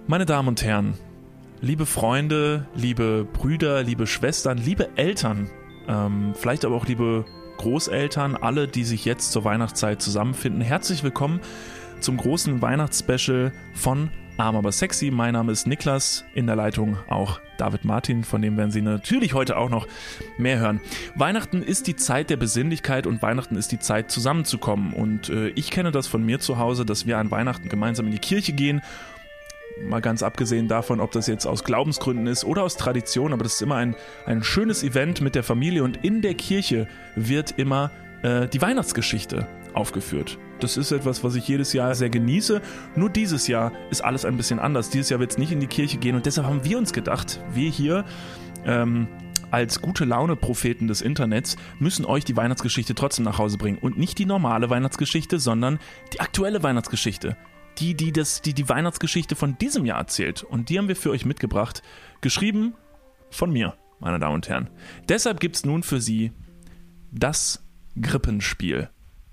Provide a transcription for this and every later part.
Meine Damen und Herren, liebe Freunde, liebe Brüder, liebe Schwestern, liebe Eltern, vielleicht aber auch liebe Großeltern, alle, die sich jetzt zur Weihnachtszeit zusammenfinden, herzlich willkommen zum großen Weihnachtsspecial von Arm aber sexy. Mein Name ist Niklas, in der Leitung auch David Martin, von dem werden Sie natürlich heute auch noch mehr hören. Weihnachten ist die Zeit der Besinnlichkeit und Weihnachten ist die Zeit zusammenzukommen und ich kenne das von mir zu Hause, dass wir an Weihnachten gemeinsam in die Kirche gehen. Mal ganz abgesehen davon, ob das jetzt aus Glaubensgründen ist oder aus Tradition, aber das ist immer ein schönes Event mit der Familie und in der Kirche wird immer die Weihnachtsgeschichte aufgeführt. Das ist etwas, was ich jedes Jahr sehr genieße, nur dieses Jahr ist alles ein bisschen anders. Dieses Jahr wird es nicht in die Kirche gehen und deshalb haben wir uns gedacht, wir hier als gute Laune-Propheten des Internets müssen euch die Weihnachtsgeschichte trotzdem nach Hause bringen und nicht die normale Weihnachtsgeschichte, sondern die aktuelle Weihnachtsgeschichte. Die Weihnachtsgeschichte von diesem Jahr erzählt. Und die haben wir für euch mitgebracht. Geschrieben von mir, meine Damen und Herren. Deshalb gibt es nun für Sie das Grippenspiel.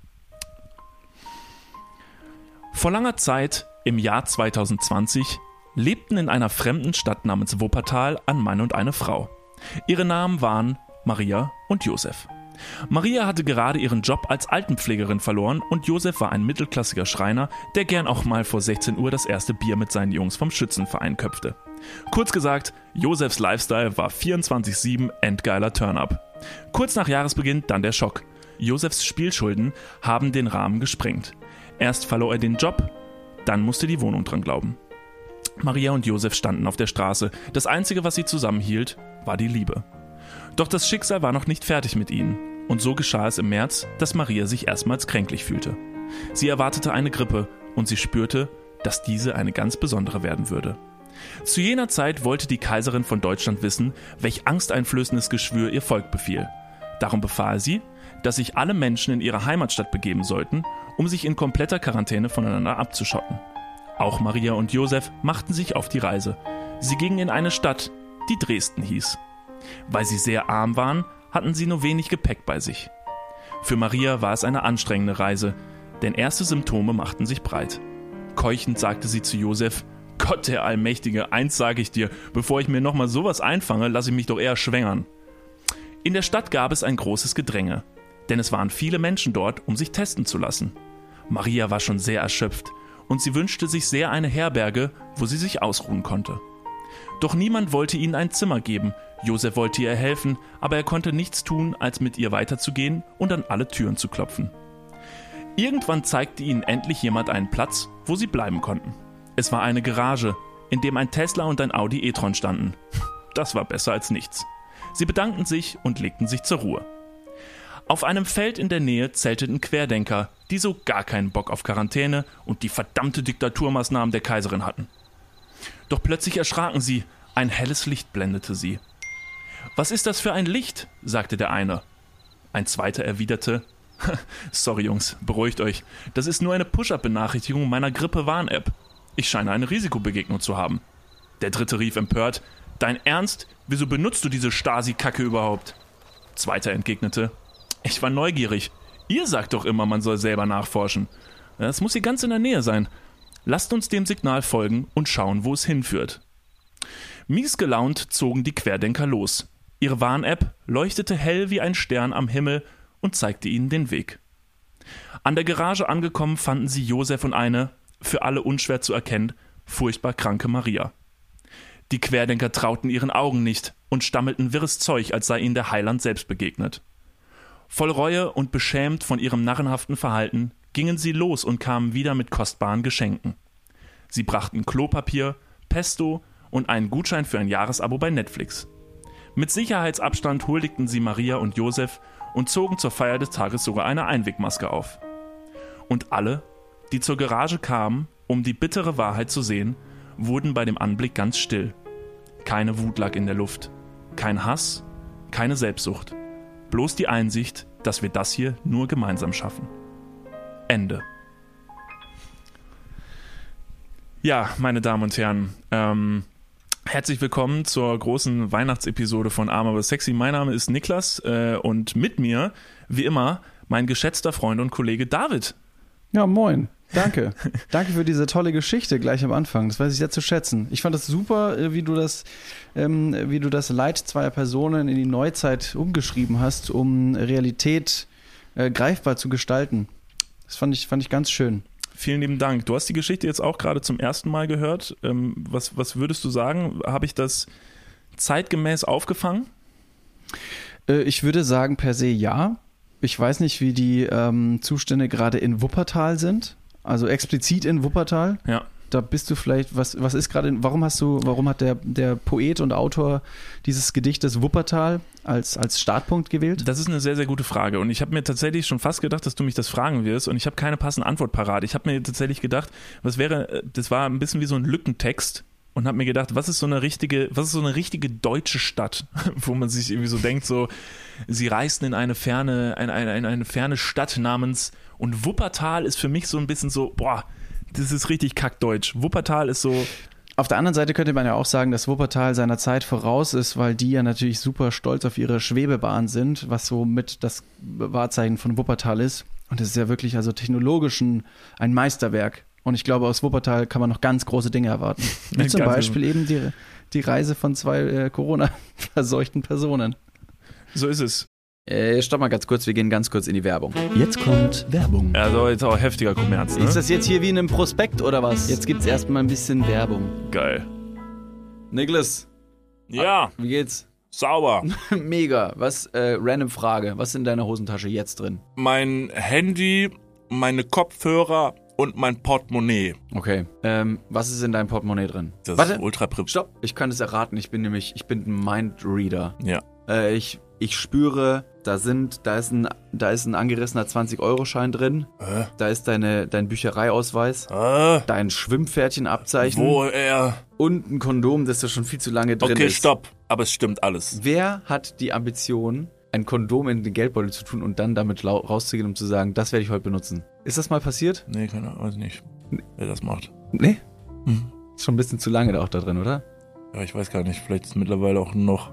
Vor langer Zeit, im Jahr 2020, lebten in einer fremden Stadt namens Wuppertal ein Mann und eine Frau. Ihre Namen waren Maria und Josef. Maria hatte gerade ihren Job als Altenpflegerin verloren und Josef war ein mittelklassiger Schreiner, der gern auch mal vor 16 Uhr das erste Bier mit seinen Jungs vom Schützenverein köpfte. Kurz gesagt, Josefs Lifestyle war 24/7 endgeiler Turn-up. Kurz nach Jahresbeginn dann der Schock. Josefs Spielschulden haben den Rahmen gesprengt. Erst verlor er den Job, dann musste die Wohnung dran glauben. Maria und Josef standen auf der Straße. Das Einzige, was sie zusammenhielt, war die Liebe. Doch das Schicksal war noch nicht fertig mit ihnen. Und so geschah es im März, dass Maria sich erstmals kränklich fühlte. Sie erwartete eine Grippe und sie spürte, dass diese eine ganz besondere werden würde. Zu jener Zeit wollte die Kaiserin von Deutschland wissen, welch angsteinflößendes Geschwür ihr Volk befiel. Darum befahl sie, dass sich alle Menschen in ihre Heimatstadt begeben sollten, um sich in kompletter Quarantäne voneinander abzuschotten. Auch Maria und Josef machten sich auf die Reise. Sie gingen in eine Stadt, die Dresden hieß. Weil sie sehr arm waren, hatten sie nur wenig Gepäck bei sich. Für Maria war es eine anstrengende Reise, denn erste Symptome machten sich breit. Keuchend sagte sie zu Josef: Gott der Allmächtige, eins sage ich dir, bevor ich mir nochmal sowas einfange, lasse ich mich doch eher schwängern. In der Stadt gab es ein großes Gedränge, denn es waren viele Menschen dort, um sich testen zu lassen. Maria war schon sehr erschöpft und sie wünschte sich sehr eine Herberge, wo sie sich ausruhen konnte. Doch niemand wollte ihnen ein Zimmer geben. Josef wollte ihr helfen, aber er konnte nichts tun, als mit ihr weiterzugehen und an alle Türen zu klopfen. Irgendwann zeigte ihnen endlich jemand einen Platz, wo sie bleiben konnten. Es war eine Garage, in dem ein Tesla und ein Audi e-tron standen. Das war besser als nichts. Sie bedankten sich und legten sich zur Ruhe. Auf einem Feld in der Nähe zelteten Querdenker, die so gar keinen Bock auf Quarantäne und die verdammte Diktaturmaßnahmen der Kaiserin hatten. Doch plötzlich erschraken sie, ein helles Licht blendete sie. »Was ist das für ein Licht?« sagte der eine. Ein zweiter erwiderte: »Sorry Jungs, beruhigt euch, das ist nur eine Push-Up-Benachrichtigung meiner Grippe-Warn-App. Ich scheine eine Risikobegegnung zu haben.« Der dritte rief empört: »Dein Ernst? Wieso benutzt du diese Stasi-Kacke überhaupt?« Zweiter entgegnete: »Ich war neugierig. Ihr sagt doch immer, man soll selber nachforschen. Das muss hier ganz in der Nähe sein. Lasst uns dem Signal folgen und schauen, wo es hinführt.« Mies gelaunt zogen die Querdenker los. Ihre Warn-App leuchtete hell wie ein Stern am Himmel und zeigte ihnen den Weg. An der Garage angekommen, fanden sie Josef und eine, für alle unschwer zu erkennen, furchtbar kranke Maria. Die Querdenker trauten ihren Augen nicht und stammelten wirres Zeug, als sei ihnen der Heiland selbst begegnet. Voll Reue und beschämt von ihrem narrenhaften Verhalten gingen sie los und kamen wieder mit kostbaren Geschenken. Sie brachten Klopapier, Pesto und einen Gutschein für ein Jahresabo bei Netflix. Mit Sicherheitsabstand huldigten sie Maria und Josef und zogen zur Feier des Tages sogar eine Einwegmaske auf. Und alle, die zur Garage kamen, um die bittere Wahrheit zu sehen, wurden bei dem Anblick ganz still. Keine Wut lag in der Luft, kein Hass, keine Selbstsucht. Bloß die Einsicht, dass wir das hier nur gemeinsam schaffen. Ende. Ja, meine Damen und Herren, herzlich willkommen zur großen Weihnachtsepisode von Arm aber sexy. Mein Name ist Niklas und mit mir, wie immer, mein geschätzter Freund und Kollege David. Ja, moin. Danke. Danke für diese tolle Geschichte gleich am Anfang. Das weiß ich sehr zu schätzen. Ich fand das super, wie du das Leid zweier Personen in die Neuzeit umgeschrieben hast, um Realität greifbar zu gestalten. Das fand ich ganz schön. Vielen lieben Dank. Du hast die Geschichte jetzt auch gerade zum ersten Mal gehört. Was würdest du sagen? Habe ich das zeitgemäß aufgefangen? Ich würde sagen per se ja. Ich weiß nicht, wie die Zustände gerade in Wuppertal sind. Also explizit in Wuppertal. Ja. Da bist du vielleicht, was ist gerade, warum hat der Poet und Autor dieses Gedichtes Wuppertal als Startpunkt gewählt? Das ist eine sehr, sehr gute Frage. Und ich habe mir tatsächlich schon fast gedacht, dass du mich das fragen wirst. Und ich habe keine passende Antwort parat. Ich habe mir tatsächlich gedacht, das war ein bisschen wie so ein Lückentext. Und habe mir gedacht, was ist so eine richtige deutsche Stadt, wo man sich irgendwie so denkt, so, sie reisten in eine ferne Stadt namens, und Wuppertal ist für mich so ein bisschen so, boah, das ist richtig kackdeutsch. Wuppertal ist so. Auf der anderen Seite könnte man ja auch sagen, dass Wuppertal seiner Zeit voraus ist, weil die ja natürlich super stolz auf ihre Schwebebahn sind, was so mit das Wahrzeichen von Wuppertal ist. Und das ist ja wirklich also technologisch ein Meisterwerk. Und ich glaube, aus Wuppertal kann man noch ganz große Dinge erwarten. Wie zum Beispiel eben die Reise von 2 Corona-verseuchten Personen. So ist es. Stopp mal ganz kurz, wir gehen ganz kurz in die Werbung. Jetzt kommt Werbung. Also jetzt auch heftiger Kommerz, ne? Ist das jetzt hier wie in einem Prospekt oder was? Jetzt gibt's erstmal ein bisschen Werbung. Geil. Niklas. Ja. Wie geht's? Sauber. Mega. Random Frage. Was ist in deiner Hosentasche jetzt drin? Mein Handy, meine Kopfhörer und mein Portemonnaie. Okay. Was ist in deinem Portemonnaie drin? Das Warte. ist ultra Stopp. Ich kann es erraten. Ich bin ein Mindreader. Ja. Ich spüre, da ist ein angerissener 20-Euro-Schein drin. Da ist dein Büchereiausweis. Dein Schwimmpferdchenabzeichen. Wo er? Und ein Kondom, das da schon viel zu lange drin ist. Okay, stopp. Aber es stimmt alles. Wer hat die Ambition, ein Kondom in den Geldbeutel zu tun und dann damit rauszugehen, um zu sagen, das werde ich heute benutzen? Ist das mal passiert? Nee, keine Ahnung, weiß nicht, wer das macht. Nee? Ist schon ein bisschen zu lange auch da drin, oder? Ja, ich weiß gar nicht. Vielleicht ist mittlerweile auch noch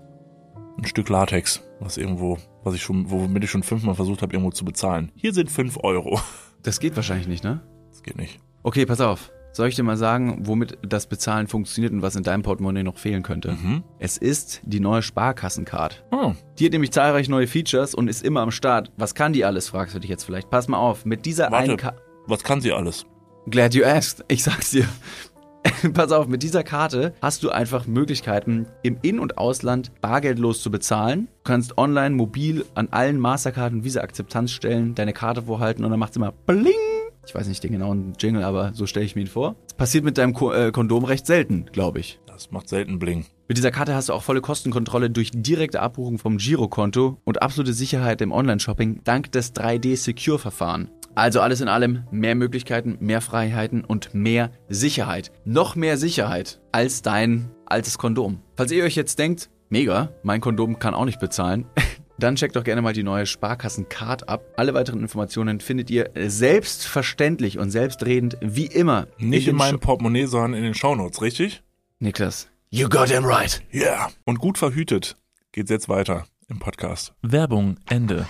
ein Stück Latex, womit ich schon 5-mal versucht habe, irgendwo zu bezahlen. Hier sind 5 Euro. Das geht wahrscheinlich nicht, ne? Das geht nicht. Okay, pass auf. Soll ich dir mal sagen, womit das Bezahlen funktioniert und was in deinem Portemonnaie noch fehlen könnte? Es ist die neue Sparkassencard. Die hat nämlich zahlreiche neue Features und ist immer am Start. Was kann die alles, fragst du dich jetzt vielleicht. Pass mal auf, mit dieser einen Karte... Was kann sie alles? Glad you asked. Ich sag's dir. Pass auf, mit dieser Karte hast du einfach Möglichkeiten, im In- und Ausland bargeldlos zu bezahlen. Du kannst online, mobil an allen Mastercard- und Visa-Akzeptanzstellen deine Karte vorhalten und dann macht's immer Bling. Ich weiß nicht den genauen Jingle, aber so stelle ich mir ihn vor. Das passiert mit deinem Kondom recht selten, glaube ich. Das macht selten Bling. Mit dieser Karte hast du auch volle Kostenkontrolle durch direkte Abbuchung vom Girokonto und absolute Sicherheit im Online-Shopping dank des 3D-Secure-Verfahren. Also alles in allem mehr Möglichkeiten, mehr Freiheiten und mehr Sicherheit. Noch mehr Sicherheit als dein altes Kondom. Falls ihr euch jetzt denkt, mega, mein Kondom kann auch nicht bezahlen, dann checkt doch gerne mal die neue Sparkassen-Card ab. Alle weiteren Informationen findet ihr selbstverständlich und selbstredend wie immer. Nicht in meinem Portemonnaie, sondern in den Shownotes, richtig? Niklas, you got him right. Yeah. Und gut verhütet geht's jetzt weiter im Podcast. Werbung, Ende.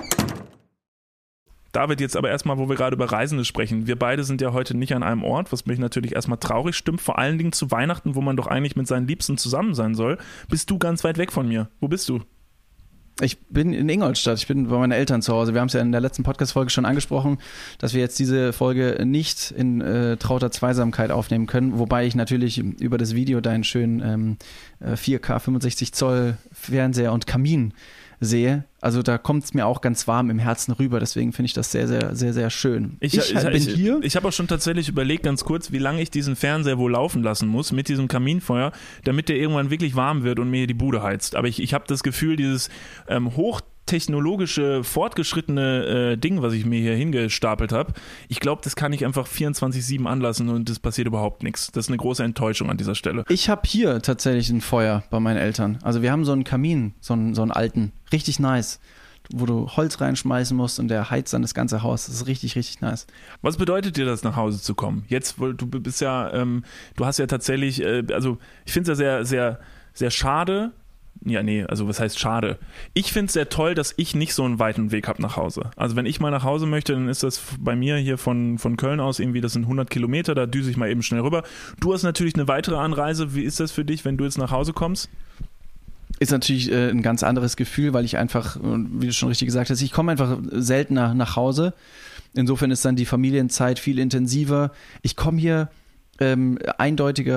David, jetzt aber erstmal, wo wir gerade über Reisende sprechen. Wir beide sind ja heute nicht an einem Ort, was mich natürlich erstmal traurig stimmt. Vor allen Dingen zu Weihnachten, wo man doch eigentlich mit seinen Liebsten zusammen sein soll. Bist du ganz weit weg von mir? Wo bist du? Ich bin in Ingolstadt, ich bin bei meinen Eltern zu Hause. Wir haben es ja in der letzten Podcast-Folge schon angesprochen, dass wir jetzt diese Folge nicht in trauter Zweisamkeit aufnehmen können, wobei ich natürlich über das Video deinen schönen 4K 65 Zoll Fernseher und Kamin sehe. Also da kommt es mir auch ganz warm im Herzen rüber, deswegen finde ich das sehr, sehr, sehr, sehr schön. Ich habe auch schon tatsächlich überlegt, ganz kurz, wie lange ich diesen Fernseher wohl laufen lassen muss mit diesem Kaminfeuer, damit der irgendwann wirklich warm wird und mir die Bude heizt. Aber ich habe das Gefühl, dieses hochtechnologische, fortgeschrittene Ding, was ich mir hier hingestapelt habe, ich glaube, das kann ich einfach 24/7 anlassen und es passiert überhaupt nichts. Das ist eine große Enttäuschung an dieser Stelle. Ich habe hier tatsächlich ein Feuer bei meinen Eltern. Also wir haben so einen Kamin, so einen alten, richtig nice, wo du Holz reinschmeißen musst und der heizt dann das ganze Haus. Das ist richtig, richtig nice. Was bedeutet dir das, nach Hause zu kommen? Jetzt, du bist ja, du hast ja tatsächlich, also ich finde es ja sehr, sehr, sehr schade, Ja, nee, also was heißt schade? Ich finde es sehr toll, dass ich nicht so einen weiten Weg habe nach Hause. Also wenn ich mal nach Hause möchte, dann ist das bei mir hier von Köln aus irgendwie, das sind 100 Kilometer, da düse ich mal eben schnell rüber. Du hast natürlich eine weitere Anreise. Wie ist das für dich, wenn du jetzt nach Hause kommst? Ist natürlich ein ganz anderes Gefühl, weil ich einfach, wie du schon richtig gesagt hast, ich komme einfach seltener nach Hause. Insofern ist dann die Familienzeit viel intensiver. Ich komme hier eindeutig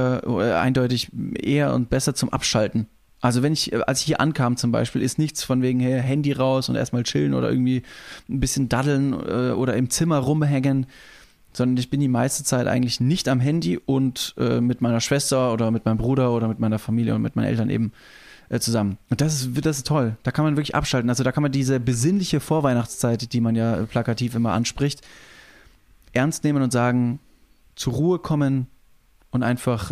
eher und besser zum Abschalten. Also als ich hier ankam zum Beispiel, ist nichts von wegen hey, Handy raus und erstmal chillen oder irgendwie ein bisschen daddeln oder im Zimmer rumhängen, sondern ich bin die meiste Zeit eigentlich nicht am Handy und mit meiner Schwester oder mit meinem Bruder oder mit meiner Familie und mit meinen Eltern eben zusammen. Und das ist toll. Da kann man wirklich abschalten. Also da kann man diese besinnliche Vorweihnachtszeit, die man ja plakativ immer anspricht, ernst nehmen und sagen, zur Ruhe kommen und einfach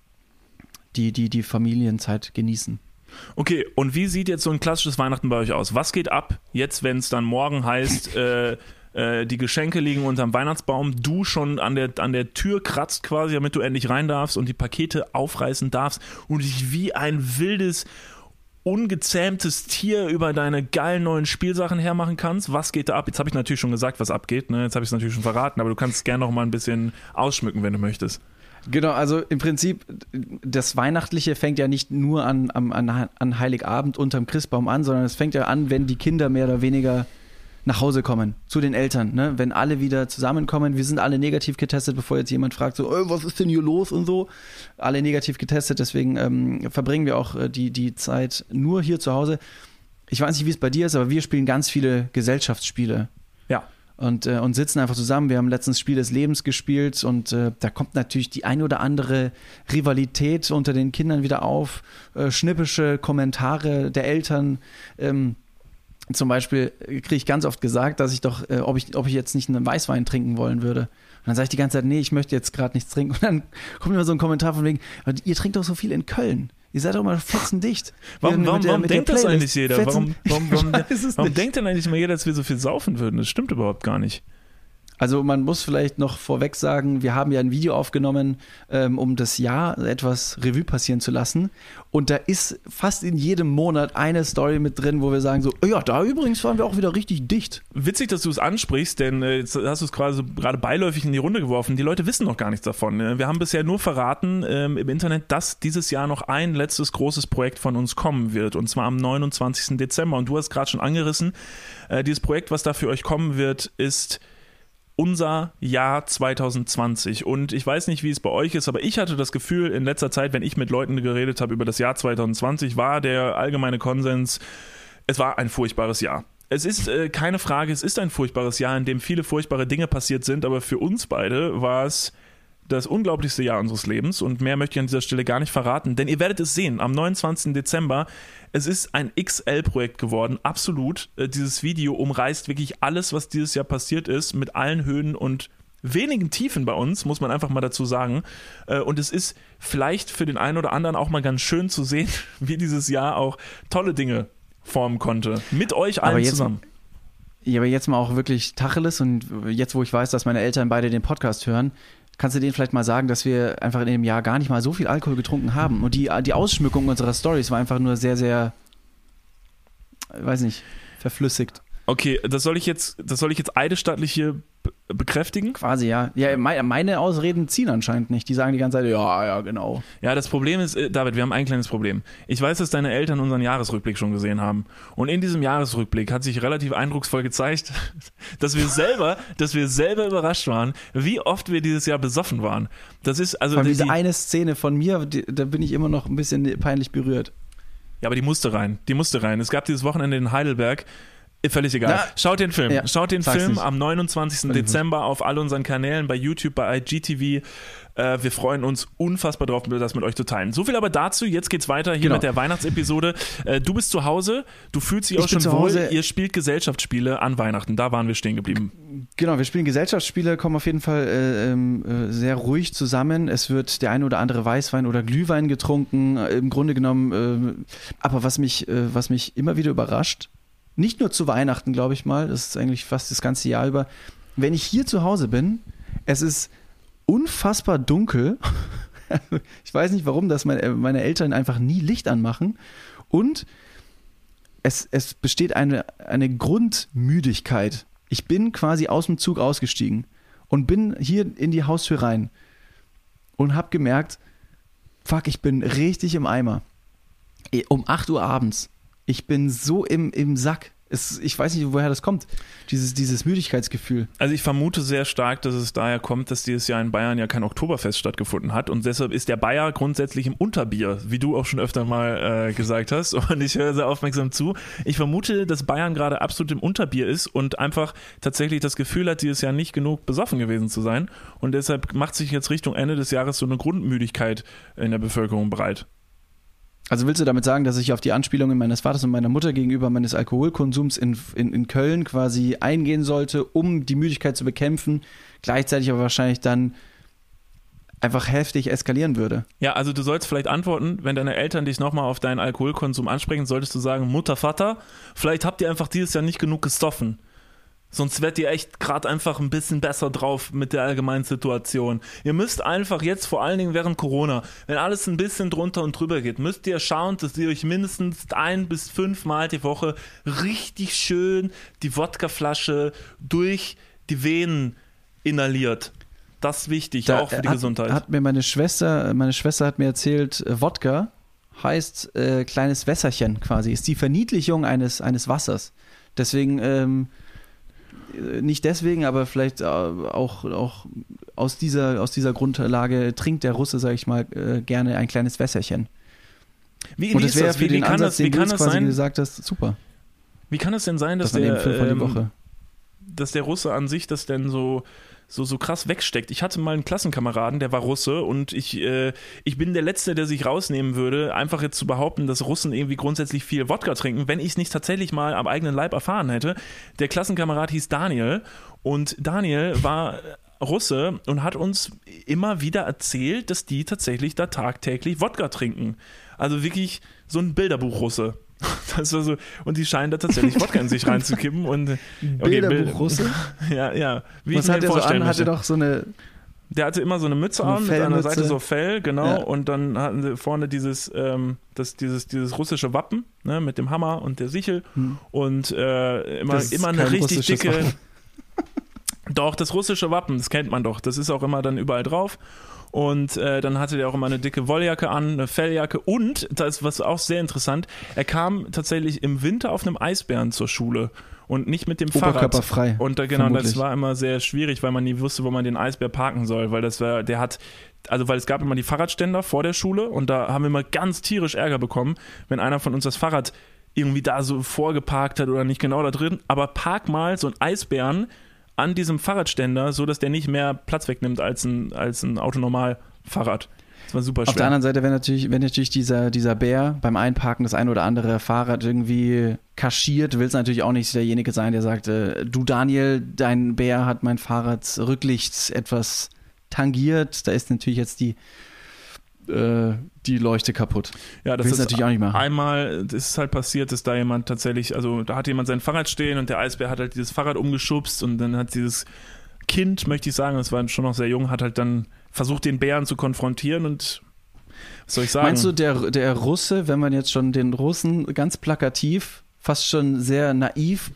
die Familienzeit genießen. Okay, und wie sieht jetzt so ein klassisches Weihnachten bei euch aus? Was geht ab jetzt, wenn es dann morgen heißt, die Geschenke liegen unterm Weihnachtsbaum, du schon an der Tür kratzt quasi, damit du endlich rein darfst und die Pakete aufreißen darfst und dich wie ein wildes, ungezähmtes Tier über deine geilen neuen Spielsachen hermachen kannst? Was geht da ab? Jetzt habe ich natürlich schon gesagt, was abgeht, ne? Jetzt habe ich es natürlich schon verraten, aber du kannst es gerne noch mal ein bisschen ausschmücken, wenn du möchtest. Genau, also im Prinzip, das Weihnachtliche fängt ja nicht nur an Heiligabend unterm Christbaum an, sondern es fängt ja an, wenn die Kinder mehr oder weniger nach Hause kommen, zu den Eltern, ne? Wenn alle wieder zusammenkommen, wir sind alle negativ getestet, bevor jetzt jemand fragt, so, was ist denn hier los und so, alle negativ getestet, deswegen verbringen wir auch die Zeit nur hier zu Hause. Ich weiß nicht, wie es bei dir ist, aber wir spielen ganz viele Gesellschaftsspiele. Ja. Und sitzen einfach zusammen. Wir haben letztens Spiel des Lebens gespielt und da kommt natürlich die ein oder andere Rivalität unter den Kindern wieder auf, schnippische Kommentare der Eltern. Zum Beispiel kriege ich ganz oft gesagt, dass ich doch, ob ich jetzt nicht einen Weißwein trinken wollen würde. Und dann sage ich die ganze Zeit, nee, ich möchte jetzt gerade nichts trinken. Und dann kommt immer so ein Kommentar von wegen, ihr trinkt doch so viel in Köln. Ihr seid doch immer fetzendicht. Warum denkt das eigentlich jeder? Warum denkt denn eigentlich immer jeder, dass wir so viel saufen würden? Das stimmt überhaupt gar nicht. Also man muss vielleicht noch vorweg sagen, wir haben ja ein Video aufgenommen, um das Jahr etwas Revue passieren zu lassen. Und da ist fast in jedem Monat eine Story mit drin, wo wir sagen so, ja, da übrigens waren wir auch wieder richtig dicht. Witzig, dass du es ansprichst, denn jetzt hast du es gerade beiläufig in die Runde geworfen. Die Leute wissen noch gar nichts davon. Wir haben bisher nur verraten im Internet, dass dieses Jahr noch ein letztes großes Projekt von uns kommen wird. Und zwar am 29. Dezember. Und du hast gerade schon angerissen, dieses Projekt, was da für euch kommen wird, ist unser Jahr 2020. Und ich weiß nicht, wie es bei euch ist, aber ich hatte das Gefühl in letzter Zeit, wenn ich mit Leuten geredet habe über das Jahr 2020, war der allgemeine Konsens, es war ein furchtbares Jahr. Es ist keine Frage, es ist ein furchtbares Jahr, in dem viele furchtbare Dinge passiert sind, aber für uns beide war es das unglaublichste Jahr unseres Lebens und mehr möchte ich an dieser Stelle gar nicht verraten, denn ihr werdet es sehen, am 29. Dezember, es ist ein XL-Projekt geworden, absolut. Dieses Video umreißt wirklich alles, was dieses Jahr passiert ist, mit allen Höhen und wenigen Tiefen bei uns, muss man einfach mal dazu sagen. Und es ist vielleicht für den einen oder anderen auch mal ganz schön zu sehen, wie dieses Jahr auch tolle Dinge formen konnte. Mit euch allen zusammen. Ja, aber jetzt mal auch wirklich Tacheles und jetzt, wo ich weiß, dass meine Eltern beide den Podcast hören, kannst du denen vielleicht mal sagen, dass wir einfach in dem Jahr gar nicht mal so viel Alkohol getrunken haben. Und die Ausschmückung unserer Storys war einfach nur sehr, sehr, weiß nicht, verflüssigt. Okay, das soll ich jetzt eidesstattlich hier bekräftigen? Quasi, ja. Ja, meine Ausreden ziehen anscheinend nicht. Die sagen die ganze Zeit, ja, genau. Ja, das Problem ist, David, wir haben ein kleines Problem. Ich weiß, dass deine Eltern unseren Jahresrückblick schon gesehen haben. Und in diesem Jahresrückblick hat sich relativ eindrucksvoll gezeigt, dass wir selber überrascht waren, wie oft wir dieses Jahr besoffen waren. Das ist also diese eine Szene von mir, da bin ich immer noch ein bisschen peinlich berührt. Ja, aber die musste rein. Es gab dieses Wochenende in Heidelberg. Völlig egal. Ja. Schaut den Film. Am 29. Dezember auf all unseren Kanälen, bei YouTube, bei IGTV. Wir freuen uns unfassbar drauf, das mit euch zu teilen. So viel aber dazu. Jetzt geht's weiter hier mit der Weihnachtsepisode. Du bist zu Hause, du fühlst dich auch schon wohl. Ihr spielt Gesellschaftsspiele an Weihnachten. Da waren wir stehen geblieben. Genau, wir spielen Gesellschaftsspiele, kommen auf jeden Fall sehr ruhig zusammen. Es wird der ein oder andere Weißwein oder Glühwein getrunken. Im Grunde genommen, aber was mich immer wieder überrascht, nicht nur zu Weihnachten, glaube ich mal, das ist eigentlich fast das ganze Jahr über, wenn ich hier zu Hause bin, es ist unfassbar dunkel. Ich weiß nicht warum, dass meine Eltern einfach nie Licht anmachen Und es besteht eine Grundmüdigkeit. Ich bin quasi aus dem Zug ausgestiegen und bin hier in die Haustür rein und habe gemerkt, fuck, ich bin richtig im Eimer. Um 8 Uhr abends. Ich bin so im Sack. Ich weiß nicht, woher das kommt, dieses Müdigkeitsgefühl. Also ich vermute sehr stark, dass es daher kommt, dass dieses Jahr in Bayern ja kein Oktoberfest stattgefunden hat und deshalb ist der Bayer grundsätzlich im Unterbier, wie du auch schon öfter mal gesagt hast und ich höre sehr aufmerksam zu. Ich vermute, dass Bayern gerade absolut im Unterbier ist und einfach tatsächlich das Gefühl hat, dieses Jahr nicht genug besoffen gewesen zu sein und deshalb macht sich jetzt Richtung Ende des Jahres so eine Grundmüdigkeit in der Bevölkerung breit. Also willst du damit sagen, dass ich auf die Anspielungen meines Vaters und meiner Mutter gegenüber meines Alkoholkonsums in Köln quasi eingehen sollte, um die Müdigkeit zu bekämpfen, gleichzeitig aber wahrscheinlich dann einfach heftig eskalieren würde? Ja, also du sollst vielleicht antworten, wenn deine Eltern dich nochmal auf deinen Alkoholkonsum ansprechen, solltest du sagen, Mutter, Vater, vielleicht habt ihr einfach dieses Jahr nicht genug gestoffen. Sonst werdet ihr echt gerade einfach ein bisschen besser drauf mit der allgemeinen Situation. Ihr müsst einfach jetzt, vor allen Dingen während Corona, wenn alles ein bisschen drunter und drüber geht, müsst ihr schauen, dass ihr euch mindestens 1 bis 5 Mal die Woche richtig schön die Wodkaflasche durch die Venen inhaliert. Das ist wichtig, auch für die Gesundheit. Hat mir meine Schwester hat mir erzählt, Wodka heißt kleines Wässerchen quasi, ist die Verniedlichung eines Wassers. Deswegen nicht deswegen, aber vielleicht auch aus dieser Grundlage trinkt der Russe, sage ich mal, gerne ein kleines Wässerchen. Und das wäre für den Ansatz, den du quasi gesagt hast, super. Wie kann es denn sein, dass der Russe an sich das denn so krass wegsteckt? Ich hatte mal einen Klassenkameraden, der war Russe und ich bin der Letzte, der sich rausnehmen würde, einfach jetzt zu behaupten, dass Russen irgendwie grundsätzlich viel Wodka trinken, wenn ich es nicht tatsächlich mal am eigenen Leib erfahren hätte. Der Klassenkamerad hieß Daniel und Daniel war Russe und hat uns immer wieder erzählt, dass die tatsächlich da tagtäglich Wodka trinken. Also wirklich so ein Bilderbuch-Russe. Das war so, und die scheinen da tatsächlich Wodka in sich reinzukippen. Und, Bilderbuch-Russe? Ja. Wie was hat er so an? Hatte doch so eine... Der hatte immer so eine Mütze an, mit einer Seite so Fell, genau, ja. Und dann hatten sie vorne dieses russische Wappen, ne, mit dem Hammer und der Sichel und immer eine richtig dicke... Wappen. Doch, das russische Wappen, das kennt man doch, das ist auch immer dann überall drauf. Und dann hatte der auch immer eine dicke Wolljacke an, eine Felljacke und, das ist was auch sehr interessant, er kam tatsächlich im Winter auf einem Eisbären zur Schule und nicht mit dem Fahrrad. Oberkörperfrei. Und das war immer sehr schwierig, weil man nie wusste, wo man den Eisbär parken soll, weil weil es gab immer die Fahrradständer vor der Schule und da haben wir immer ganz tierisch Ärger bekommen, wenn einer von uns das Fahrrad irgendwie da so vorgeparkt hat oder nicht genau da drin, aber park mal so einen Eisbären an diesem Fahrradständer, so dass der nicht mehr Platz wegnimmt als ein Autonormal-Fahrrad. Das war super schwer. Auf der anderen Seite, wenn natürlich dieser Bär beim Einparken das ein oder andere Fahrrad irgendwie kaschiert, will es natürlich auch nicht derjenige sein, der sagt, du Daniel, dein Bär hat mein Fahrradsrücklicht etwas tangiert. Da ist natürlich jetzt die Leuchte kaputt. Ja, das ist natürlich auch nicht machen. Einmal ist es halt passiert, dass da jemand tatsächlich, also da hat jemand sein Fahrrad stehen und der Eisbär hat halt dieses Fahrrad umgeschubst und dann hat dieses Kind, möchte ich sagen, das war schon noch sehr jung, hat halt dann versucht, den Bären zu konfrontieren und was soll ich sagen? Meinst du, der Russe, wenn man jetzt schon den Russen ganz plakativ fast schon sehr naiv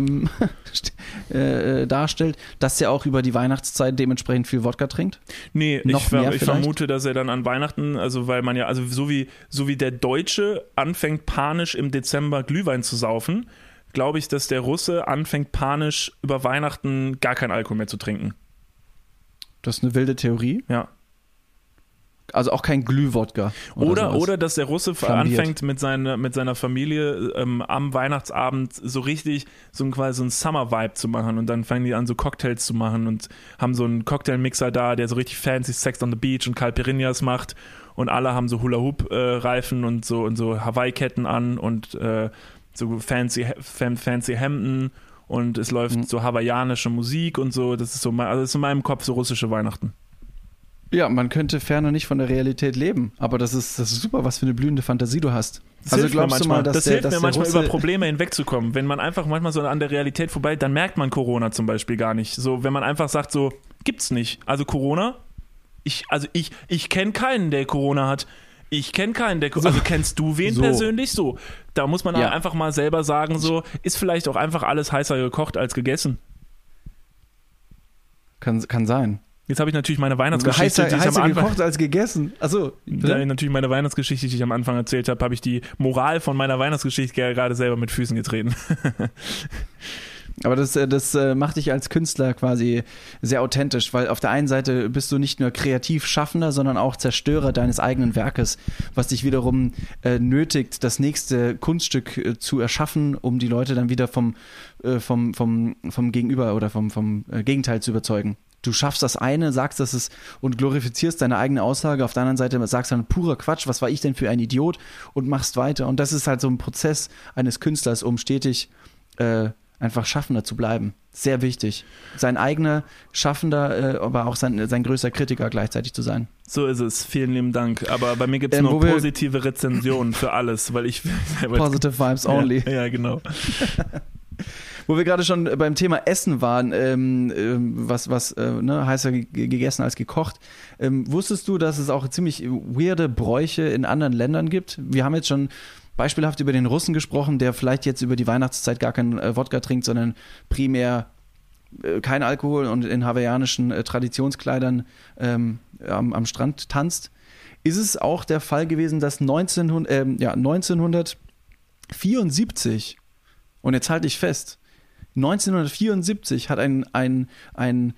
darstellt, dass er auch über die Weihnachtszeit dementsprechend viel Wodka trinkt? Nee, ich vermute, dass er dann an Weihnachten, also weil man ja, also so wie der Deutsche anfängt panisch im Dezember Glühwein zu saufen, glaube ich, dass der Russe anfängt panisch über Weihnachten gar keinen Alkohol mehr zu trinken. Das ist eine wilde Theorie. Ja. Also auch kein Glühwodka. Oder dass der Russe anfängt mit seiner Familie am Weihnachtsabend so richtig quasi so ein Summer-Vibe zu machen und dann fangen die an, so Cocktails zu machen und haben so einen Cocktailmixer da, der so richtig fancy Sex on the Beach und Caipirinhas macht und alle haben so Hula-Hoop-Reifen und so Hawaii-Ketten an und so fancy Hemden und es läuft so hawaiianische Musik und so. Das ist so, also das ist in meinem Kopf so russische Weihnachten. Ja, man könnte ferner nicht von der Realität leben, aber das ist super, was für eine blühende Fantasie du hast. Das hilft mir manchmal über Probleme hinwegzukommen. Wenn man einfach manchmal so an der Realität vorbei, dann merkt man Corona zum Beispiel gar nicht. So, wenn man einfach sagt, so, gibt's nicht. Also Corona, ich kenne keinen, der Corona hat. Ich kenne keinen, also kennst du wen persönlich? So, da muss man einfach mal selber sagen, so, ist vielleicht auch einfach alles heißer gekocht als gegessen. Kann sein. Jetzt habe ich natürlich meine Weihnachtsgeschichte, die ich am Anfang gekocht als gegessen. Achso. Natürlich meine Weihnachtsgeschichte, die ich am Anfang erzählt habe, habe ich die Moral von meiner Weihnachtsgeschichte gerade selber mit Füßen getreten. Aber das macht dich als Künstler quasi sehr authentisch, weil auf der einen Seite bist du nicht nur kreativ Schaffender, sondern auch Zerstörer deines eigenen Werkes, was dich wiederum nötigt, das nächste Kunststück zu erschaffen, um die Leute dann wieder vom Gegenüber oder vom Gegenteil zu überzeugen. Du schaffst das eine, sagst das ist und glorifizierst deine eigene Aussage, auf der anderen Seite sagst dann purer Quatsch, was war ich denn für ein Idiot und machst weiter. Und das ist halt so ein Prozess eines Künstlers, um stetig einfach Schaffender zu bleiben. Sehr wichtig. Sein eigener Schaffender, aber auch sein größter Kritiker gleichzeitig zu sein. So ist es. Vielen lieben Dank. Aber bei mir gibt es nur positive Rezensionen für alles, weil ich... Positive Vibes only. Ja, genau. Wo wir gerade schon beim Thema Essen waren, heißer gegessen als gekocht. Wusstest du, dass es auch ziemlich weirde Bräuche in anderen Ländern gibt? Wir haben jetzt schon beispielhaft über den Russen gesprochen, der vielleicht jetzt über die Weihnachtszeit gar keinen Wodka trinkt, sondern primär kein Alkohol und in hawaiianischen Traditionskleidern am Strand tanzt. Ist es auch der Fall gewesen, dass 1974, und jetzt halte ich fest, 1974 hat eine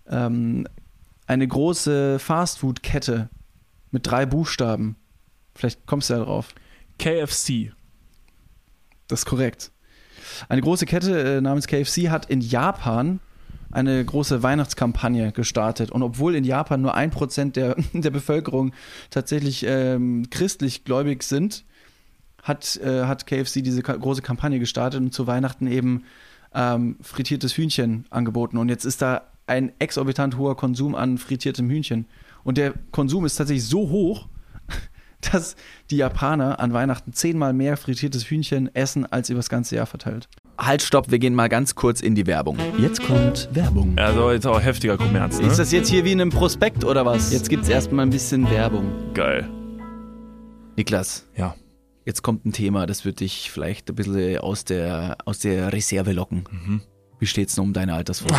große Fastfood-Kette mit 3 Buchstaben, vielleicht kommst du ja drauf. KFC. Das ist korrekt. Eine große Kette namens KFC hat in Japan eine große Weihnachtskampagne gestartet. Und obwohl in Japan nur 1% der Bevölkerung tatsächlich christlich gläubig sind, hat KFC diese große Kampagne gestartet und zu Weihnachten eben frittiertes Hühnchen angeboten. Und jetzt ist da ein exorbitant hoher Konsum an frittiertem Hühnchen. Und der Konsum ist tatsächlich so hoch, dass die Japaner an Weihnachten 10-mal mehr frittiertes Hühnchen essen, als übers ganze Jahr verteilt. Halt, stopp, wir gehen mal ganz kurz in die Werbung. Jetzt kommt Werbung. Also jetzt auch heftiger Kommerz, ne? Ist das jetzt hier wie in einem Prospekt oder was? Jetzt gibt's erstmal ein bisschen Werbung. Geil. Niklas. Ja. Jetzt kommt ein Thema, das wird dich vielleicht ein bisschen aus der Reserve locken. Mhm. Wie steht's denn um deine Altersvorsorge?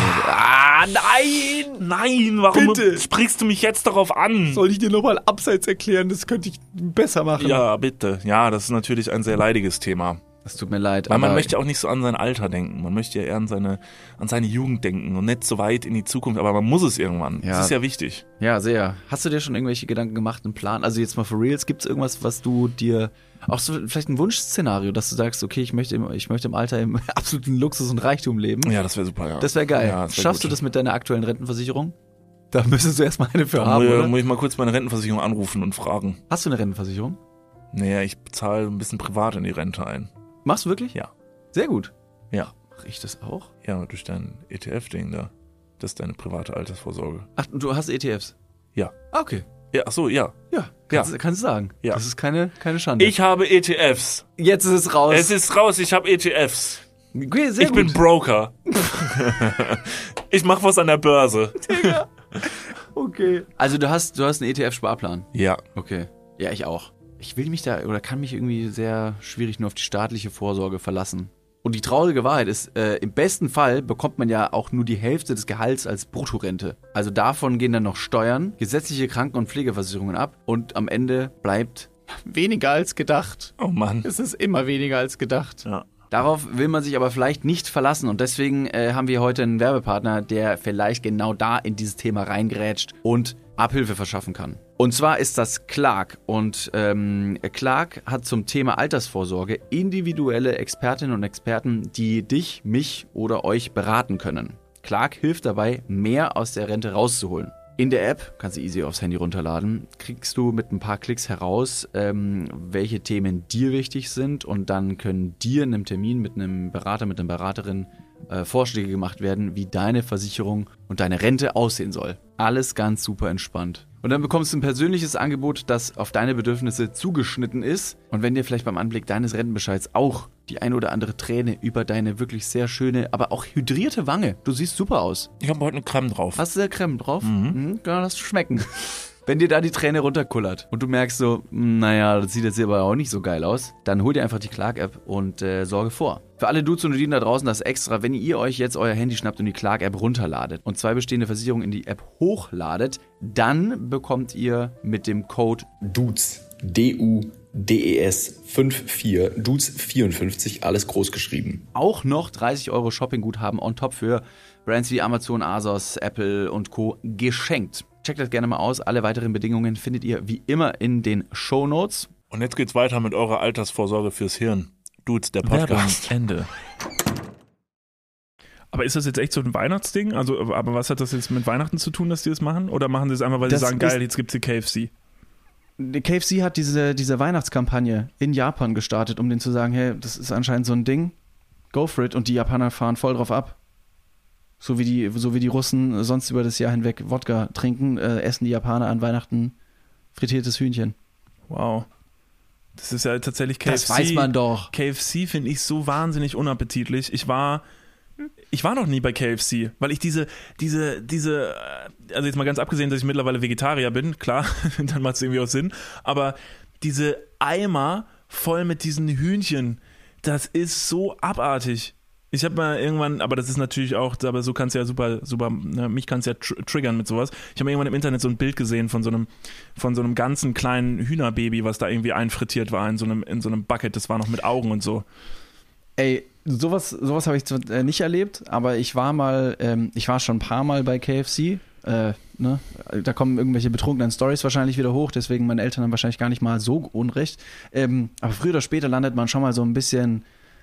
Nein! Nein, warum sprichst du mich jetzt darauf an? Soll ich dir nochmal abseits erklären? Das könnte ich besser machen. Ja, bitte. Ja, das ist natürlich ein sehr leidiges Thema. Das tut mir leid. Weil man möchte ja auch nicht so an sein Alter denken. Man möchte ja eher an seine Jugend denken und nicht so weit in die Zukunft. Aber man muss es irgendwann. Ja. Das ist ja wichtig. Ja, sehr. Hast du dir schon irgendwelche Gedanken gemacht, einen Plan? Also jetzt mal for reals, gibt es irgendwas, was du dir, auch so vielleicht ein Wunschszenario, dass du sagst, okay, ich möchte im Alter im absoluten Luxus und Reichtum leben? Ja, das wäre super, ja. Das wäre geil. Ja, Schaffst du das mit deiner aktuellen Rentenversicherung? Da müsstest du erstmal eine für haben, oder? Muss ich mal kurz meine Rentenversicherung anrufen und fragen. Hast du eine Rentenversicherung? Naja, ich bezahle ein bisschen privat in die Rente ein. Machst du wirklich? Ja. Sehr gut. Ja. Mach ich das auch? Ja, durch dein ETF-Ding da. Das ist deine private Altersvorsorge. Ach, du hast ETFs? Ja. Okay. Ja, ach so, ja. Ja, kannst du sagen. Ja. Das ist keine Schande. Ich habe ETFs. Jetzt ist es raus. Es ist raus, ich habe ETFs. Okay, sehr ich bin Broker. Ich mache was an der Börse. Digga. Okay. Also du hast einen ETF-Sparplan? Ja. Okay. Ja, ich auch. Ich will mich da oder kann mich irgendwie sehr schwierig nur auf die staatliche Vorsorge verlassen. Und die traurige Wahrheit ist, im besten Fall bekommt man ja auch nur die Hälfte des Gehalts als Bruttorente. Also davon gehen dann noch Steuern, gesetzliche Kranken- und Pflegeversicherungen ab und am Ende bleibt weniger als gedacht. Oh Mann. Es ist immer weniger als gedacht. Ja. Darauf will man sich aber vielleicht nicht verlassen und deswegen haben wir heute einen Werbepartner, der vielleicht genau da in dieses Thema reingrätscht und Abhilfe verschaffen kann. Und zwar ist das Clark und Clark hat zum Thema Altersvorsorge individuelle Expertinnen und Experten, die dich, mich oder euch beraten können. Clark hilft dabei, mehr aus der Rente rauszuholen. In der App, kannst du easy aufs Handy runterladen, kriegst du mit ein paar Klicks heraus, welche Themen dir wichtig sind und dann können dir in einem Termin mit einem Berater, mit einer Beraterin Vorschläge gemacht werden, wie deine Versicherung und deine Rente aussehen soll. Alles ganz super entspannt. Und dann bekommst du ein persönliches Angebot, das auf deine Bedürfnisse zugeschnitten ist. Und wenn dir vielleicht beim Anblick deines Rentenbescheids auch die ein oder andere Träne über deine wirklich sehr schöne, aber auch hydrierte Wange, du siehst super aus. Ich habe heute eine Creme drauf. Hast du da Creme drauf? Mhm. Kann das schmecken. Wenn dir da die Träne runterkullert und du merkst so, naja, das sieht jetzt hier aber auch nicht so geil aus, dann hol dir einfach die Clark-App und sorge vor. Für alle Dudes und Dudinen da draußen das extra, wenn ihr euch jetzt euer Handy schnappt und die Clark-App runterladet und 2 bestehende Versicherungen in die App hochladet, dann bekommt ihr mit dem Code DUDES, D-U-D-E-S 54, DUDES 54, alles groß geschrieben. auch noch 30 € Shoppingguthaben on top für Brands wie Amazon, ASOS, Apple und Co. geschenkt. Checkt das gerne mal aus. Alle weiteren Bedingungen findet ihr wie immer in den Shownotes. Und jetzt geht's weiter mit eurer Altersvorsorge fürs Hirn. Dudes, der Werbung, Podcast. Ende. Aber ist das jetzt echt so ein Weihnachtsding? Also, aber was hat das jetzt mit Weihnachten zu tun, dass die das machen? Oder machen sie es einfach, weil sie Das sagen, ist- geil, jetzt gibt's die KFC? Die KFC hat diese Weihnachtskampagne in Japan gestartet, um denen zu sagen, hey, das ist anscheinend so ein Ding, go for it. Und die Japaner fahren voll drauf ab. So wie die Russen sonst über das Jahr hinweg Wodka trinken, essen die Japaner an Weihnachten frittiertes Hühnchen. Wow. Das ist ja tatsächlich KFC. Das weiß man doch. KFC finde ich so wahnsinnig unappetitlich. Ich war noch nie bei KFC, weil ich also jetzt mal ganz abgesehen, dass ich mittlerweile Vegetarier bin, klar, dann macht es irgendwie auch Sinn, aber diese Eimer voll mit diesen Hühnchen, das ist so abartig. Ich habe mal irgendwann, aber das ist natürlich auch, aber so kannst du ja super, ne, mich kannst ja triggern mit sowas. Ich habe irgendwann im Internet so ein Bild gesehen von so einem ganzen kleinen Hühnerbaby, was da irgendwie einfrittiert war in so einem Bucket, das war noch mit Augen und so. Ey, sowas habe ich zwar nicht erlebt, aber ich war schon ein paar Mal bei KFC. Ne? Da kommen irgendwelche betrunkenen Storys wahrscheinlich wieder hoch, deswegen meine Eltern haben wahrscheinlich gar nicht mal so Unrecht. Aber früher oder später landet man schon mal so ein bisschen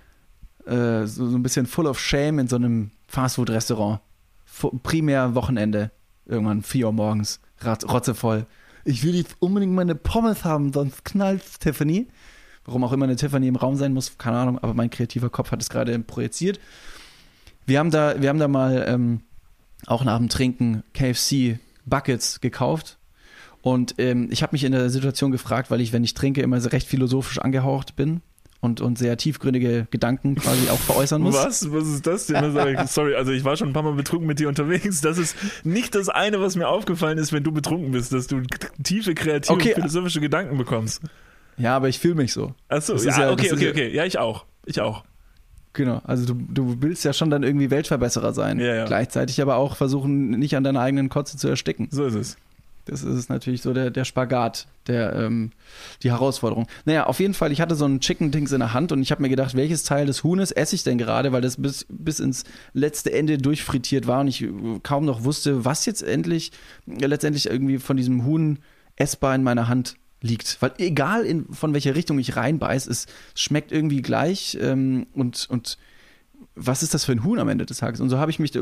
full of shame in so einem Fastfood-Restaurant. Primär Wochenende. Irgendwann 4 Uhr morgens. Rotzevoll. Ich will jetzt unbedingt meine Pommes haben, sonst knallt's, Tiffany. Warum auch immer eine Tiffany im Raum sein muss, keine Ahnung, aber mein kreativer Kopf hat es gerade projiziert. Wir haben da mal auch nach dem Trinken KFC Buckets gekauft. Und ich habe mich in der Situation gefragt, weil ich, wenn ich trinke, immer so recht philosophisch angehaucht bin und sehr tiefgründige Gedanken quasi auch veräußern muss. Was ist das denn? Sorry, also ich war schon ein paar Mal betrunken mit dir unterwegs. Das ist nicht das eine, was mir aufgefallen ist, wenn du betrunken bist, dass du tiefe, kreative, philosophische Gedanken bekommst. Ja, aber ich fühle mich so. Achso, ja, okay. Ja, ich auch. Genau, also du willst ja schon dann irgendwie Weltverbesserer sein. Ja. Gleichzeitig aber auch versuchen, nicht an deiner eigenen Kotze zu ersticken. So ist es. Das ist natürlich so der Spagat, die Herausforderung. Naja, auf jeden Fall, ich hatte so ein Chicken-Dings in der Hand und ich habe mir gedacht, welches Teil des Huhnes esse ich denn gerade, weil das bis ins letzte Ende durchfrittiert war und ich kaum noch wusste, was jetzt letztendlich irgendwie von diesem Huhn essbar in meiner Hand liegt. Weil egal von welcher Richtung ich reinbeiß, es schmeckt irgendwie gleich und was ist das für ein Huhn am Ende des Tages? Und so habe ich mich da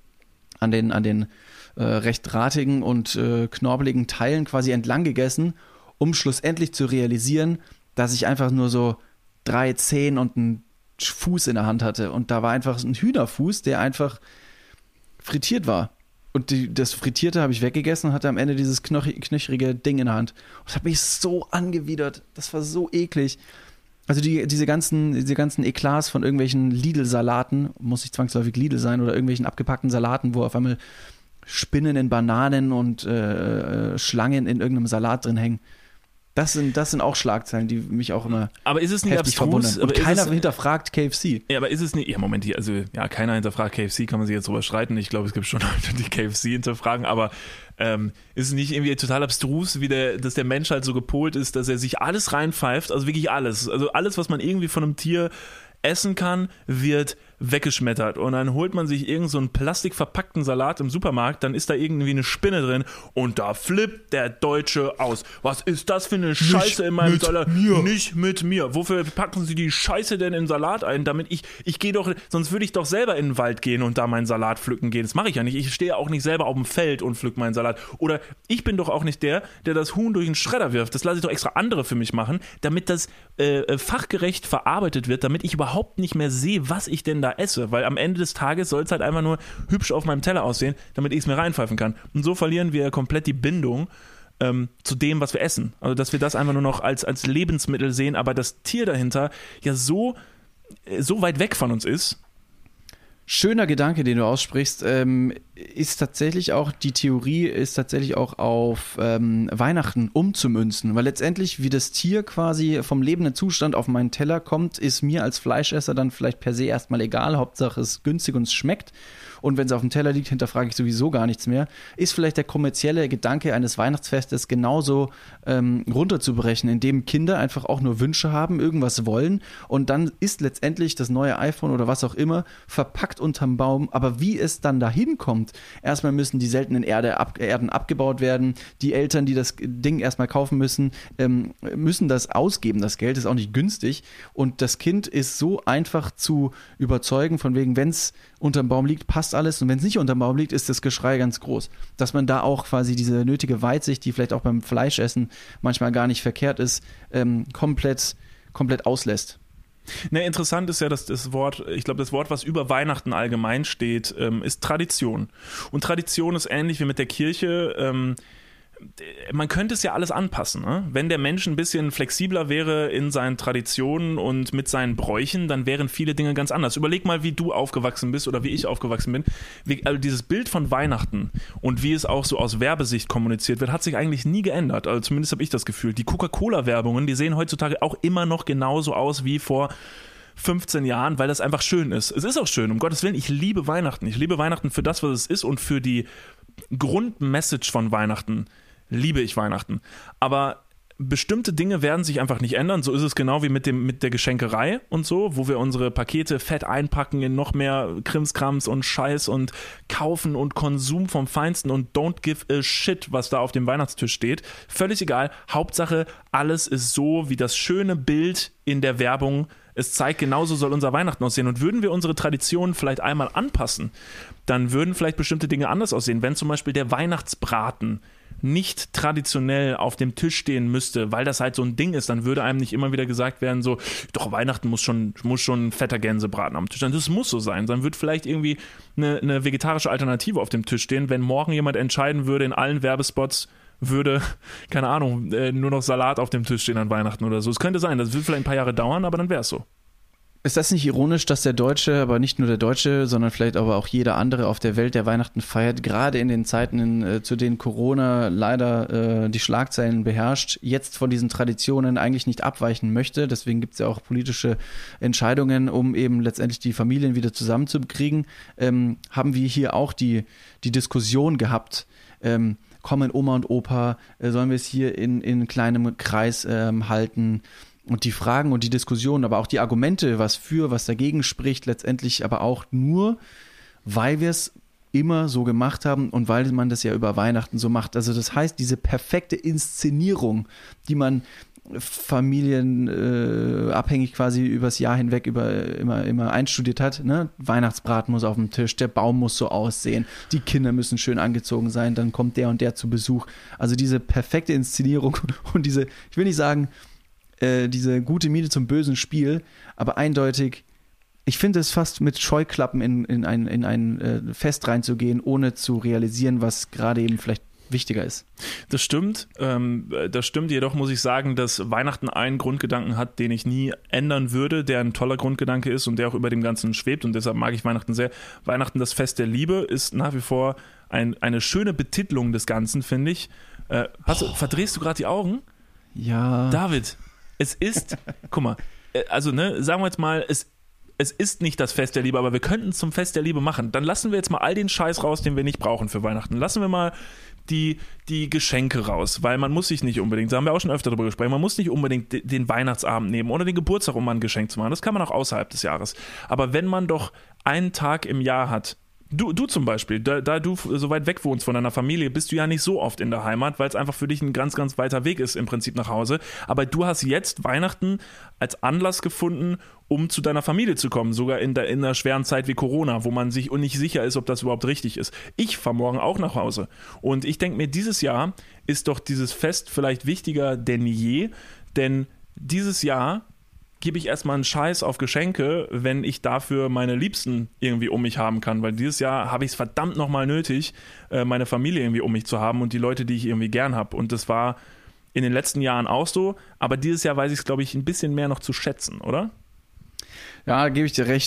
an den recht drahtigen und knorbeligen Teilen quasi entlang gegessen, um schlussendlich zu realisieren, dass ich einfach nur so 3 Zehen und einen Fuß in der Hand hatte. Und da war einfach ein Hühnerfuß, der einfach frittiert war. Und das Frittierte habe ich weggegessen und hatte am Ende dieses knöchrige Ding in der Hand. Und das hat mich so angewidert. Das war so eklig. Also diese ganzen Eklats von irgendwelchen Lidl-Salaten, muss nicht zwangsläufig Lidl sein, oder irgendwelchen abgepackten Salaten, wo auf einmal Spinnen in Bananen und Schlangen in irgendeinem Salat drin hängen. Das sind auch Schlagzeilen, die mich auch immer aber ist es nicht heftig abstrus? verwundern. Und keiner hinterfragt KFC. Ja, aber ist es nicht, ja Moment, keiner hinterfragt KFC, kann man sich jetzt drüber streiten. Ich glaube, es gibt schon Leute, die KFC hinterfragen, aber ist es nicht irgendwie total abstrus, dass der Mensch halt so gepolt ist, dass er sich alles reinpfeift, also wirklich alles. Also alles, was man irgendwie von einem Tier essen kann, wird weggeschmettert. Und dann holt man sich irgend so einen plastikverpackten Salat im Supermarkt, dann ist da irgendwie eine Spinne drin und da flippt der Deutsche aus. Was ist das für eine Scheiße in meinem Salat? Nicht mit mir. Wofür packen Sie die Scheiße denn in den Salat ein? Damit ich gehe doch, sonst würde ich doch selber in den Wald gehen und da meinen Salat pflücken gehen. Das mache ich ja nicht. Ich stehe auch nicht selber auf dem Feld und pflück meinen Salat. Oder ich bin doch auch nicht der das Huhn durch den Schredder wirft. Das lasse ich doch extra andere für mich machen, damit das fachgerecht verarbeitet wird, damit ich überhaupt nicht mehr sehe, was ich denn da esse, weil am Ende des Tages soll es halt einfach nur hübsch auf meinem Teller aussehen, damit ich es mir reinpfeifen kann. Und so verlieren wir komplett die Bindung zu dem, was wir essen. Also, dass wir das einfach nur noch als Lebensmittel sehen, aber das Tier dahinter ja so weit weg von uns ist. Schöner Gedanke, den du aussprichst, ist tatsächlich auch, die Theorie ist tatsächlich auch auf Weihnachten umzumünzen, weil letztendlich, wie das Tier quasi vom lebenden Zustand auf meinen Teller kommt, ist mir als Fleischesser dann vielleicht per se erstmal egal, Hauptsache es ist günstig und es schmeckt. Und wenn es auf dem Teller liegt, hinterfrage ich sowieso gar nichts mehr. Ist vielleicht der kommerzielle Gedanke eines Weihnachtsfestes genauso runterzubrechen, indem Kinder einfach auch nur Wünsche haben, irgendwas wollen und dann ist letztendlich das neue iPhone oder was auch immer verpackt unterm Baum. Aber wie es dann dahin kommt, erstmal müssen die seltenen Erden abgebaut werden. Die Eltern, die das Ding erstmal kaufen müssen, müssen das ausgeben. Das Geld ist auch nicht günstig. Und das Kind ist so einfach zu überzeugen, von wegen, wenn es unterm Baum liegt, passt alles. Und wenn es nicht unterm Baum liegt, ist das Geschrei ganz groß. Dass man da auch quasi diese nötige Weitsicht, die vielleicht auch beim Fleischessen manchmal gar nicht verkehrt ist, komplett auslässt. Ne, interessant ist ja, dass das Wort, ich glaube, das Wort, was über Weihnachten allgemein steht, ist Tradition. Und Tradition ist ähnlich wie mit der Kirche. Man könnte es ja alles anpassen, ne? Wenn der Mensch ein bisschen flexibler wäre in seinen Traditionen und mit seinen Bräuchen, dann wären viele Dinge ganz anders. Überleg mal, wie du aufgewachsen bist oder wie ich aufgewachsen bin. Also dieses Bild von Weihnachten und wie es auch so aus Werbesicht kommuniziert wird, hat sich eigentlich nie geändert. Also zumindest habe ich das Gefühl. Die Coca-Cola-Werbungen, die sehen heutzutage auch immer noch genauso aus wie vor 15 Jahren, weil das einfach schön ist. Es ist auch schön, um Gottes Willen. Ich liebe Weihnachten. Ich liebe Weihnachten für das, was es ist und für die Grundmessage von Weihnachten. Liebe ich Weihnachten. Aber bestimmte Dinge werden sich einfach nicht ändern. So ist es genau wie mit der Geschenkerei und so, wo wir unsere Pakete fett einpacken in noch mehr Krimskrams und Scheiß und kaufen und Konsum vom Feinsten und don't give a shit, was da auf dem Weihnachtstisch steht. Völlig egal. Hauptsache, alles ist so wie das schöne Bild in der Werbung. Es zeigt, genauso soll unser Weihnachten aussehen. Und würden wir unsere Traditionen vielleicht einmal anpassen, dann würden vielleicht bestimmte Dinge anders aussehen. Wenn zum Beispiel der Weihnachtsbraten nicht traditionell auf dem Tisch stehen müsste, weil das halt so ein Ding ist, dann würde einem nicht immer wieder gesagt werden, so, doch, Weihnachten muss schon ein fetter Gänsebraten am Tisch sein. Das muss so sein. Dann wird vielleicht irgendwie eine vegetarische Alternative auf dem Tisch stehen, wenn morgen jemand entscheiden würde, in allen Werbespots würde, keine Ahnung, nur noch Salat auf dem Tisch stehen an Weihnachten oder so. Es könnte sein, das wird vielleicht ein paar Jahre dauern, aber dann wäre es so. Ist das nicht ironisch, dass der Deutsche, aber nicht nur der Deutsche, sondern vielleicht aber auch jeder andere auf der Welt, der Weihnachten feiert, gerade in den Zeiten, zu denen Corona leider die Schlagzeilen beherrscht, jetzt von diesen Traditionen eigentlich nicht abweichen möchte. Deswegen gibt es ja auch politische Entscheidungen, um eben letztendlich die Familien wieder zusammenzukriegen. Haben wir hier auch die Diskussion gehabt, kommen Oma und Opa, sollen wir es hier in kleinem Kreis halten? Und die Fragen und die Diskussionen, aber auch die Argumente, was für, was dagegen spricht, letztendlich aber auch nur, weil wir es immer so gemacht haben und weil man das ja über Weihnachten so macht. Also das heißt, diese perfekte Inszenierung, die man familienabhängig quasi übers Jahr hinweg immer einstudiert hat, ne? Weihnachtsbraten muss auf dem Tisch, der Baum muss so aussehen, die Kinder müssen schön angezogen sein, dann kommt der und der zu Besuch. Also diese perfekte Inszenierung und diese, ich will nicht sagen, diese gute Miene zum bösen Spiel, aber eindeutig, ich finde es fast mit Scheuklappen in ein Fest reinzugehen, ohne zu realisieren, was gerade eben vielleicht wichtiger ist. Das stimmt, jedoch muss ich sagen, dass Weihnachten einen Grundgedanken hat, den ich nie ändern würde, der ein toller Grundgedanke ist und der auch über dem Ganzen schwebt und deshalb mag ich Weihnachten sehr. Weihnachten, das Fest der Liebe, ist nach wie vor eine schöne Betitelung des Ganzen, finde ich. Verdrehst du gerade die Augen? Ja. David, es ist, guck mal, also sagen wir jetzt mal, es ist nicht das Fest der Liebe, aber wir könnten es zum Fest der Liebe machen. Dann lassen wir jetzt mal all den Scheiß raus, den wir nicht brauchen für Weihnachten. Lassen wir mal die Geschenke raus, weil man muss sich nicht unbedingt, da haben wir auch schon öfter drüber gesprochen, man muss nicht unbedingt den Weihnachtsabend nehmen oder den Geburtstag, um mal ein Geschenk zu machen. Das kann man auch außerhalb des Jahres. Aber wenn man doch einen Tag im Jahr hat, du zum Beispiel, da du so weit weg wohnst von deiner Familie, bist du ja nicht so oft in der Heimat, weil es einfach für dich ein ganz, ganz weiter Weg ist im Prinzip nach Hause. Aber du hast jetzt Weihnachten als Anlass gefunden, um zu deiner Familie zu kommen, sogar in einer schweren Zeit wie Corona, wo man sich nicht sicher ist, ob das überhaupt richtig ist. Ich fahre morgen auch nach Hause und ich denke mir, dieses Jahr ist doch dieses Fest vielleicht wichtiger denn je, denn dieses Jahr gebe ich erstmal einen Scheiß auf Geschenke, wenn ich dafür meine Liebsten irgendwie um mich haben kann, weil dieses Jahr habe ich es verdammt nochmal nötig, meine Familie irgendwie um mich zu haben und die Leute, die ich irgendwie gern habe. Und das war in den letzten Jahren auch so, aber dieses Jahr weiß ich es, glaube ich, ein bisschen mehr noch zu schätzen, oder? Ja, gebe ich dir recht.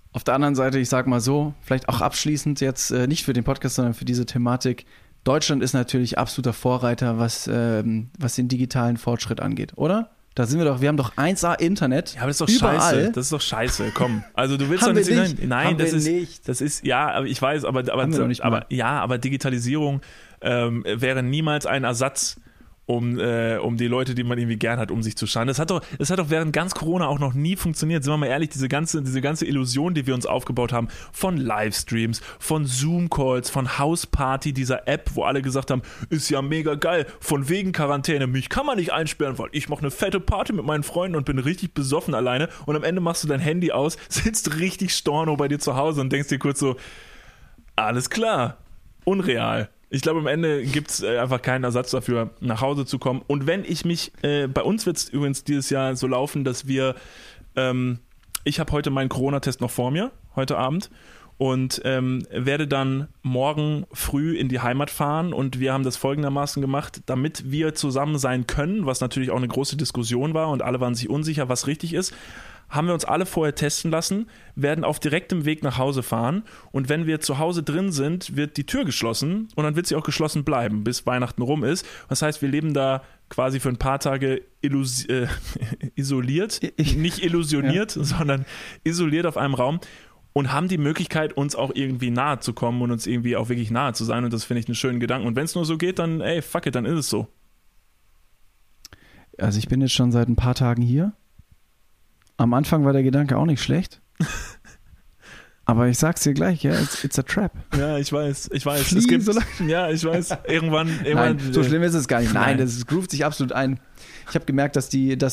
Auf der anderen Seite, ich sag mal so, vielleicht auch abschließend jetzt nicht für den Podcast, sondern für diese Thematik. Deutschland ist natürlich absoluter Vorreiter, was den digitalen Fortschritt angeht, oder? Da sind wir haben doch 1A Internet. Ja, aber das ist doch überall. scheiße. Das ist doch scheiße. Komm. Also du willst Haben doch nicht wir nicht. Nein, Haben das wir ist nicht. das ist ja, aber ich weiß, aber Haben wir doch nicht mal. aber Digitalisierung wäre niemals ein Ersatz, um die Leute, die man irgendwie gern hat, um sich zu scharen. Das hat doch während ganz Corona auch noch nie funktioniert. Sind wir mal ehrlich, diese ganze Illusion, die wir uns aufgebaut haben, von Livestreams, von Zoom-Calls, von Hausparty, dieser App, wo alle gesagt haben, ist ja mega geil, von wegen Quarantäne, mich kann man nicht einsperren, weil ich mache eine fette Party mit meinen Freunden und bin richtig besoffen alleine und am Ende machst du dein Handy aus, sitzt richtig storno bei dir zu Hause und denkst dir kurz so, alles klar, unreal. Ich glaube, am Ende gibt es einfach keinen Ersatz dafür, nach Hause zu kommen. Und wenn ich mich, bei uns wird es übrigens dieses Jahr so laufen, dass wir, ich habe heute meinen Corona-Test noch vor mir, heute Abend, und werde dann morgen früh in die Heimat fahren. Und wir haben das folgendermaßen gemacht, damit wir zusammen sein können, was natürlich auch eine große Diskussion war und alle waren sich unsicher, was richtig ist, haben wir uns alle vorher testen lassen, werden auf direktem Weg nach Hause fahren und wenn wir zu Hause drin sind, wird die Tür geschlossen und dann wird sie auch geschlossen bleiben, bis Weihnachten rum ist. Das heißt, wir leben da quasi für ein paar Tage isoliert, nicht illusioniert, sondern isoliert auf einem Raum und haben die Möglichkeit, uns auch irgendwie nahe zu kommen und uns irgendwie auch wirklich nahe zu sein und das finde ich einen schönen Gedanken. Und wenn es nur so geht, dann ey, fuck it, dann ist es so. Also ich bin jetzt schon seit ein paar Tagen hier. Am Anfang war der Gedanke auch nicht schlecht. Aber ich sag's dir gleich, ja, it's a trap. Ja, ich weiß. Flieh Es gibt, so lange. ja, ich weiß. Irgendwann. Nein, so schlimm ist es gar nicht. Nein, Nein. das groovt sich absolut ein. Ich habe gemerkt, dass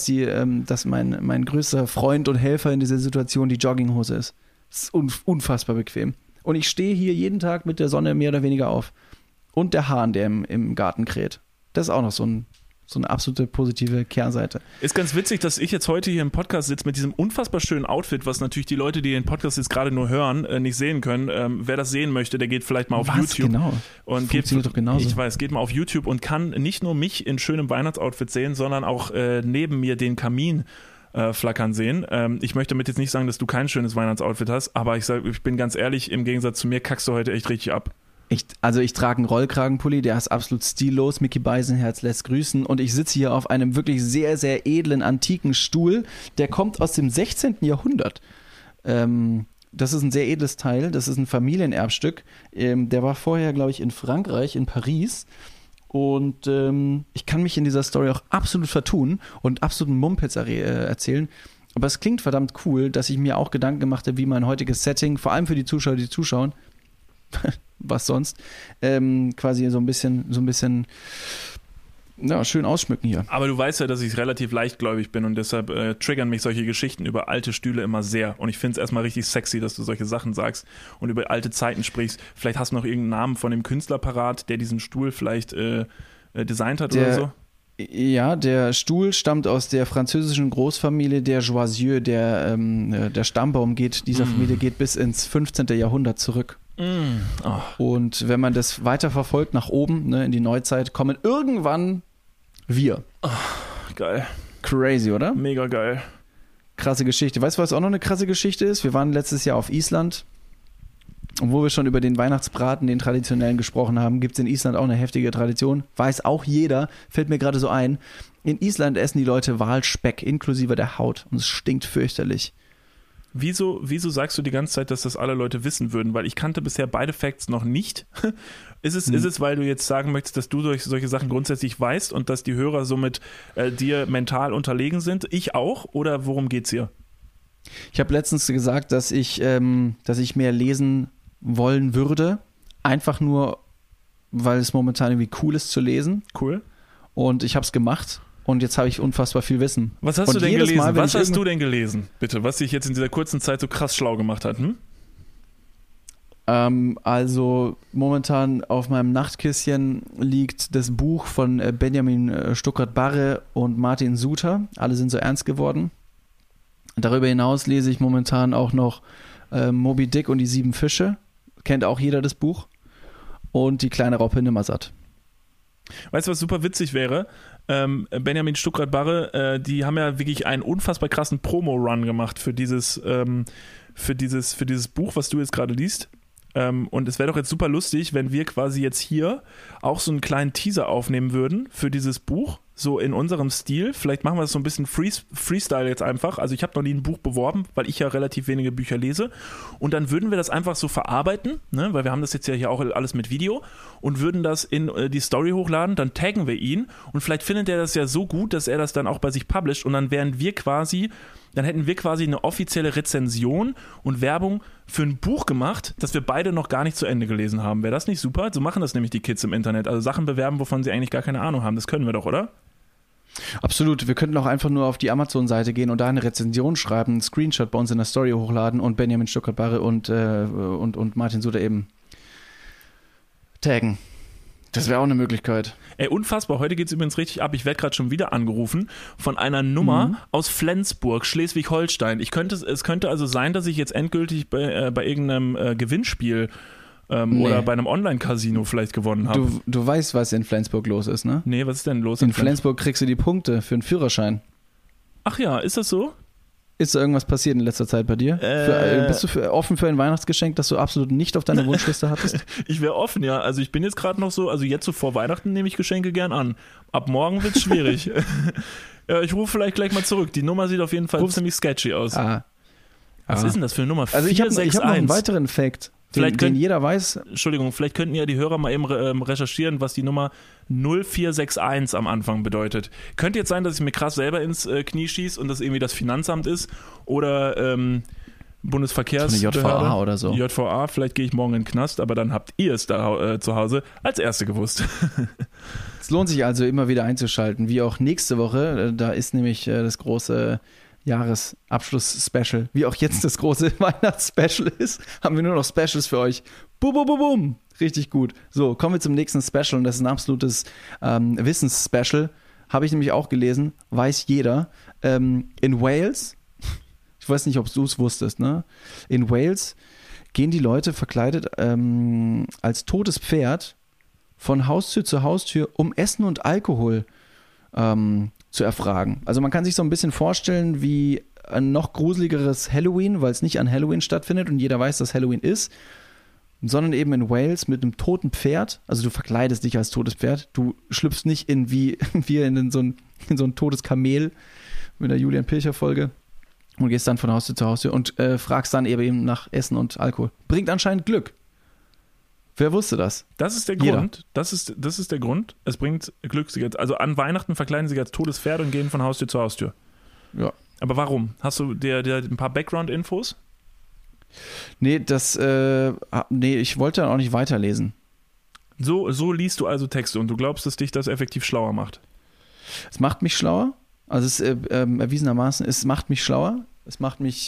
mein größter Freund und Helfer in dieser Situation die Jogginghose ist. Das ist unfassbar bequem. Und ich stehe hier jeden Tag mit der Sonne mehr oder weniger auf. Und der Hahn, der im Garten kräht. Das ist auch noch so eine absolute positive Kehrseite. Ist ganz witzig, dass ich jetzt heute hier im Podcast sitze mit diesem unfassbar schönen Outfit, was natürlich die Leute, die den Podcast jetzt gerade nur hören, nicht sehen können. Wer das sehen möchte, der geht vielleicht mal auf YouTube. Genau. Und Funktioniert doch genauso. Ich weiß, geht mal auf YouTube und kann nicht nur mich in schönem Weihnachtsoutfit sehen, sondern auch neben mir den Kamin flackern sehen. Ich möchte damit jetzt nicht sagen, dass du kein schönes Weihnachtsoutfit hast, aber ich bin ganz ehrlich, im Gegensatz zu mir kackst du heute echt richtig ab. Ich trage einen Rollkragenpulli, der ist absolut stillos. Mickey Beisenherz lässt grüßen. Und ich sitze hier auf einem wirklich sehr, sehr edlen, antiken Stuhl. Der kommt aus dem 16. Jahrhundert. Das ist ein sehr edles Teil. Das ist ein Familienerbstück. Der war vorher, glaube ich, in Frankreich, in Paris. Und ich kann mich in dieser Story auch absolut vertun und absoluten Mumpitz erzählen. Aber es klingt verdammt cool, dass ich mir auch Gedanken gemacht habe, wie mein heutiges Setting, vor allem für die Zuschauer, die zuschauen, was sonst, quasi so ein bisschen ja, schön ausschmücken hier. Aber du weißt ja, dass ich relativ leichtgläubig bin und deshalb triggern mich solche Geschichten über alte Stühle immer sehr. Und ich finde es erstmal richtig sexy, dass du solche Sachen sagst und über alte Zeiten sprichst. Vielleicht hast du noch irgendeinen Namen von dem Künstler parat, der diesen Stuhl vielleicht designt hat oder so? Ja, der Stuhl stammt aus der französischen Großfamilie der Joisieux. Der Stammbaum dieser Familie geht bis ins 15. Jahrhundert zurück. Und wenn man das weiter verfolgt nach oben, ne, in die Neuzeit, kommen irgendwann wir. Geil. Crazy, oder? Mega geil. Krasse Geschichte. Weißt du, was auch noch eine krasse Geschichte ist? Wir waren letztes Jahr auf Island. Und wo wir schon über den Weihnachtsbraten, den traditionellen, gesprochen haben, gibt es in Island auch eine heftige Tradition. Weiß auch jeder, fällt mir gerade so ein. In Island essen die Leute Walspeck inklusive der Haut. Und es stinkt fürchterlich. Wieso sagst du die ganze Zeit, dass das alle Leute wissen würden? Weil ich kannte bisher beide Facts noch nicht. Ist es, weil du jetzt sagen möchtest, dass du solche Sachen grundsätzlich weißt und dass die Hörer somit dir mental unterlegen sind? Ich auch? Oder worum geht's hier? Ich habe letztens gesagt, dass ich mehr lesen wollen würde. Einfach nur, weil es momentan irgendwie cool ist zu lesen. Cool. Und ich habe es gemacht. Und jetzt habe ich unfassbar viel Wissen. Was hast du denn gelesen? Was hast du denn gelesen, bitte? Was dich jetzt in dieser kurzen Zeit so krass schlau gemacht hat, Also momentan auf meinem Nachtkisschen liegt das Buch von Benjamin Stuckrad-Barre und Martin Suter. Alle sind so ernst geworden. Darüber hinaus lese ich momentan auch noch Moby Dick und die 7 Fische. Kennt auch jeder das Buch. Und die kleine Raupe Nimmersatt. Weißt du, was super witzig wäre? Benjamin Stuckrad-Barre, die haben ja wirklich einen unfassbar krassen Promo-Run gemacht für dieses für dieses Buch, was du jetzt gerade liest. Und es wäre doch jetzt super lustig, wenn wir quasi jetzt hier auch so einen kleinen Teaser aufnehmen würden für dieses Buch, so in unserem Stil. Vielleicht machen wir das so ein bisschen Freestyle jetzt einfach. Also ich habe noch nie ein Buch beworben, weil ich ja relativ wenige Bücher lese. Und dann würden wir das einfach so verarbeiten, ne? Weil wir haben das jetzt ja hier auch alles mit Video und würden das in die Story hochladen, dann taggen wir ihn und vielleicht findet er das ja so gut, dass er das dann auch bei sich publisht und dann hätten wir quasi eine offizielle Rezension und Werbung für ein Buch gemacht, das wir beide noch gar nicht zu Ende gelesen haben. Wäre das nicht super? So machen das nämlich die Kids im Internet. Also Sachen bewerben, wovon sie eigentlich gar keine Ahnung haben. Das können wir doch, oder? Absolut. Wir könnten auch einfach nur auf die Amazon-Seite gehen und da eine Rezension schreiben, einen Screenshot bei uns in der Story hochladen und Benjamin Stuckert-Barre und Martin Suter eben taggen. Das wäre auch eine Möglichkeit. Ey, unfassbar. Heute geht es übrigens richtig ab. Ich werde gerade schon wieder angerufen von einer Nummer aus Flensburg, Schleswig-Holstein. Es könnte also sein, dass ich jetzt endgültig bei irgendeinem Gewinnspiel oder bei einem Online-Casino vielleicht gewonnen habe. Du weißt, was in Flensburg los ist, ne? Nee, was ist denn los? In Flensburg kriegst du die Punkte für einen Führerschein. Ach ja, ist das so? Ist da irgendwas passiert in letzter Zeit bei dir? Bist du offen für ein Weihnachtsgeschenk, das du absolut nicht auf deine Wunschliste hattest? Ich wäre offen, ja. Also ich bin jetzt gerade noch so, also jetzt so vor Weihnachten nehme ich Geschenke gern an. Ab morgen wird's schwierig. Ja, ich rufe vielleicht gleich mal zurück. Die Nummer sieht auf jeden Fall ziemlich sketchy aus. Was ist denn das für eine Nummer? Also ich hab noch einen weiteren Fact, den jeder weiß. Entschuldigung, vielleicht könnten ja die Hörer mal eben recherchieren, was die Nummer 0461 am Anfang bedeutet. Könnte jetzt sein, dass ich mir krass selber ins Knie schieße und das irgendwie das Finanzamt ist oder Bundesverkehrsbehörde. So eine JVA oder so. JVA, vielleicht gehe ich morgen in den Knast, aber dann habt ihr es da zu Hause als Erste gewusst. Es lohnt sich also immer wieder einzuschalten, wie auch nächste Woche. Da ist nämlich das große Jahresabschluss-Special. Wie auch jetzt das große Weihnachts-Special ist, haben wir nur noch Specials für euch. Bum, bum, bum, bum. Richtig gut. So, kommen wir zum nächsten Special und das ist ein absolutes Wissens-Special. Habe ich nämlich auch gelesen, weiß jeder. In Wales, ich weiß nicht, ob du es wusstest, ne? In Wales gehen die Leute verkleidet als totes Pferd von Haustür zu Haustür, um Essen und Alkohol zu erfragen. Also man kann sich so ein bisschen vorstellen wie ein noch gruseligeres Halloween, weil es nicht an Halloween stattfindet und jeder weiß, dass Halloween ist, sondern eben in Wales mit einem toten Pferd. Also du verkleidest dich als totes Pferd. Du schlüpfst nicht wie in so ein totes Kamel mit der Julian Pilcher-Folge und gehst dann von Haustür zu Haustür und fragst dann eben nach Essen und Alkohol. Bringt anscheinend Glück. Wer wusste das? Das ist der Grund. Das ist der Grund. Es bringt Glück. Also an Weihnachten verkleiden sie als totes Pferd und gehen von Haustür zu Haustür. Ja. Aber warum? Hast du dir ein paar Background-Infos? Nee, ich wollte dann auch nicht weiterlesen. So liest du also Texte und du glaubst, dass dich das effektiv schlauer macht? Es macht mich schlauer. Also es erwiesenermaßen, es macht mich schlauer. Es macht mich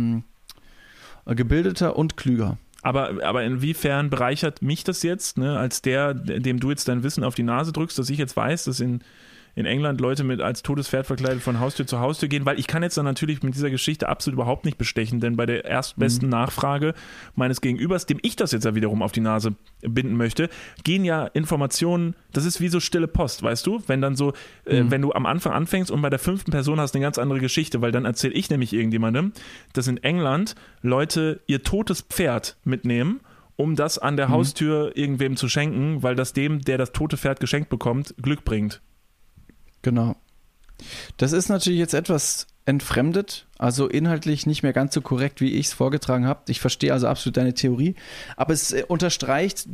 gebildeter und klüger. Aber inwiefern bereichert mich das jetzt, ne, als dem du jetzt dein Wissen auf die Nase drückst, dass ich jetzt weiß, dass in England Leute als totes Pferd verkleidet von Haustür zu Haustür gehen, weil ich kann jetzt dann natürlich mit dieser Geschichte absolut überhaupt nicht bestechen, denn bei der erstbesten Nachfrage meines Gegenübers, dem ich das jetzt ja wiederum auf die Nase binden möchte, gehen ja Informationen, das ist wie so stille Post, weißt du? Wenn dann so, wenn du am Anfang anfängst und bei der 5. Person hast eine ganz andere Geschichte, weil dann erzähle ich nämlich irgendjemandem, dass in England Leute ihr totes Pferd mitnehmen, um das an der Haustür irgendwem zu schenken, weil das dem, der das tote Pferd geschenkt bekommt, Glück bringt. Genau. Das ist natürlich jetzt etwas entfremdet, also inhaltlich nicht mehr ganz so korrekt, wie ich es vorgetragen habe. Ich verstehe also absolut deine Theorie, aber es unterstreicht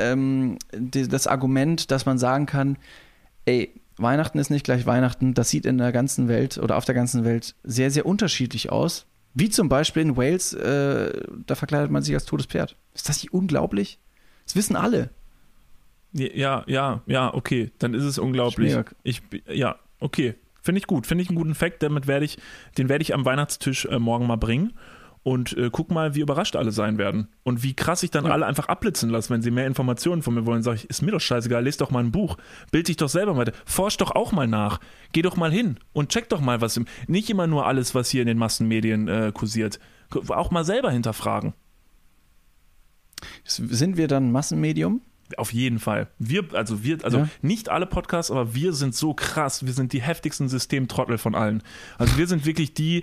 das Argument, dass man sagen kann, ey, Weihnachten ist nicht gleich Weihnachten, das sieht in der ganzen Welt oder auf der ganzen Welt sehr, sehr unterschiedlich aus. Wie zum Beispiel in Wales, da verkleidet man sich als totes Pferd. Ist das nicht unglaublich? Das wissen alle. Ja, okay, dann ist es unglaublich. Ja, okay, finde ich gut, finde ich einen guten Fact, den werde ich am Weihnachtstisch morgen mal bringen und guck mal, wie überrascht alle sein werden und wie krass ich dann alle einfach abblitzen lasse, wenn sie mehr Informationen von mir wollen. Sag ich, ist mir doch scheißegal, lest doch mal ein Buch, bild dich doch selber weiter, forsch doch auch mal nach, geh doch mal hin und check doch mal, nicht immer nur alles, was hier in den Massenmedien kursiert, auch mal selber hinterfragen. Sind wir dann Massenmedium? Auf jeden Fall. Also nicht alle Podcasts, aber wir sind so krass. Wir sind die heftigsten Systemtrottel von allen. Also wir sind wirklich die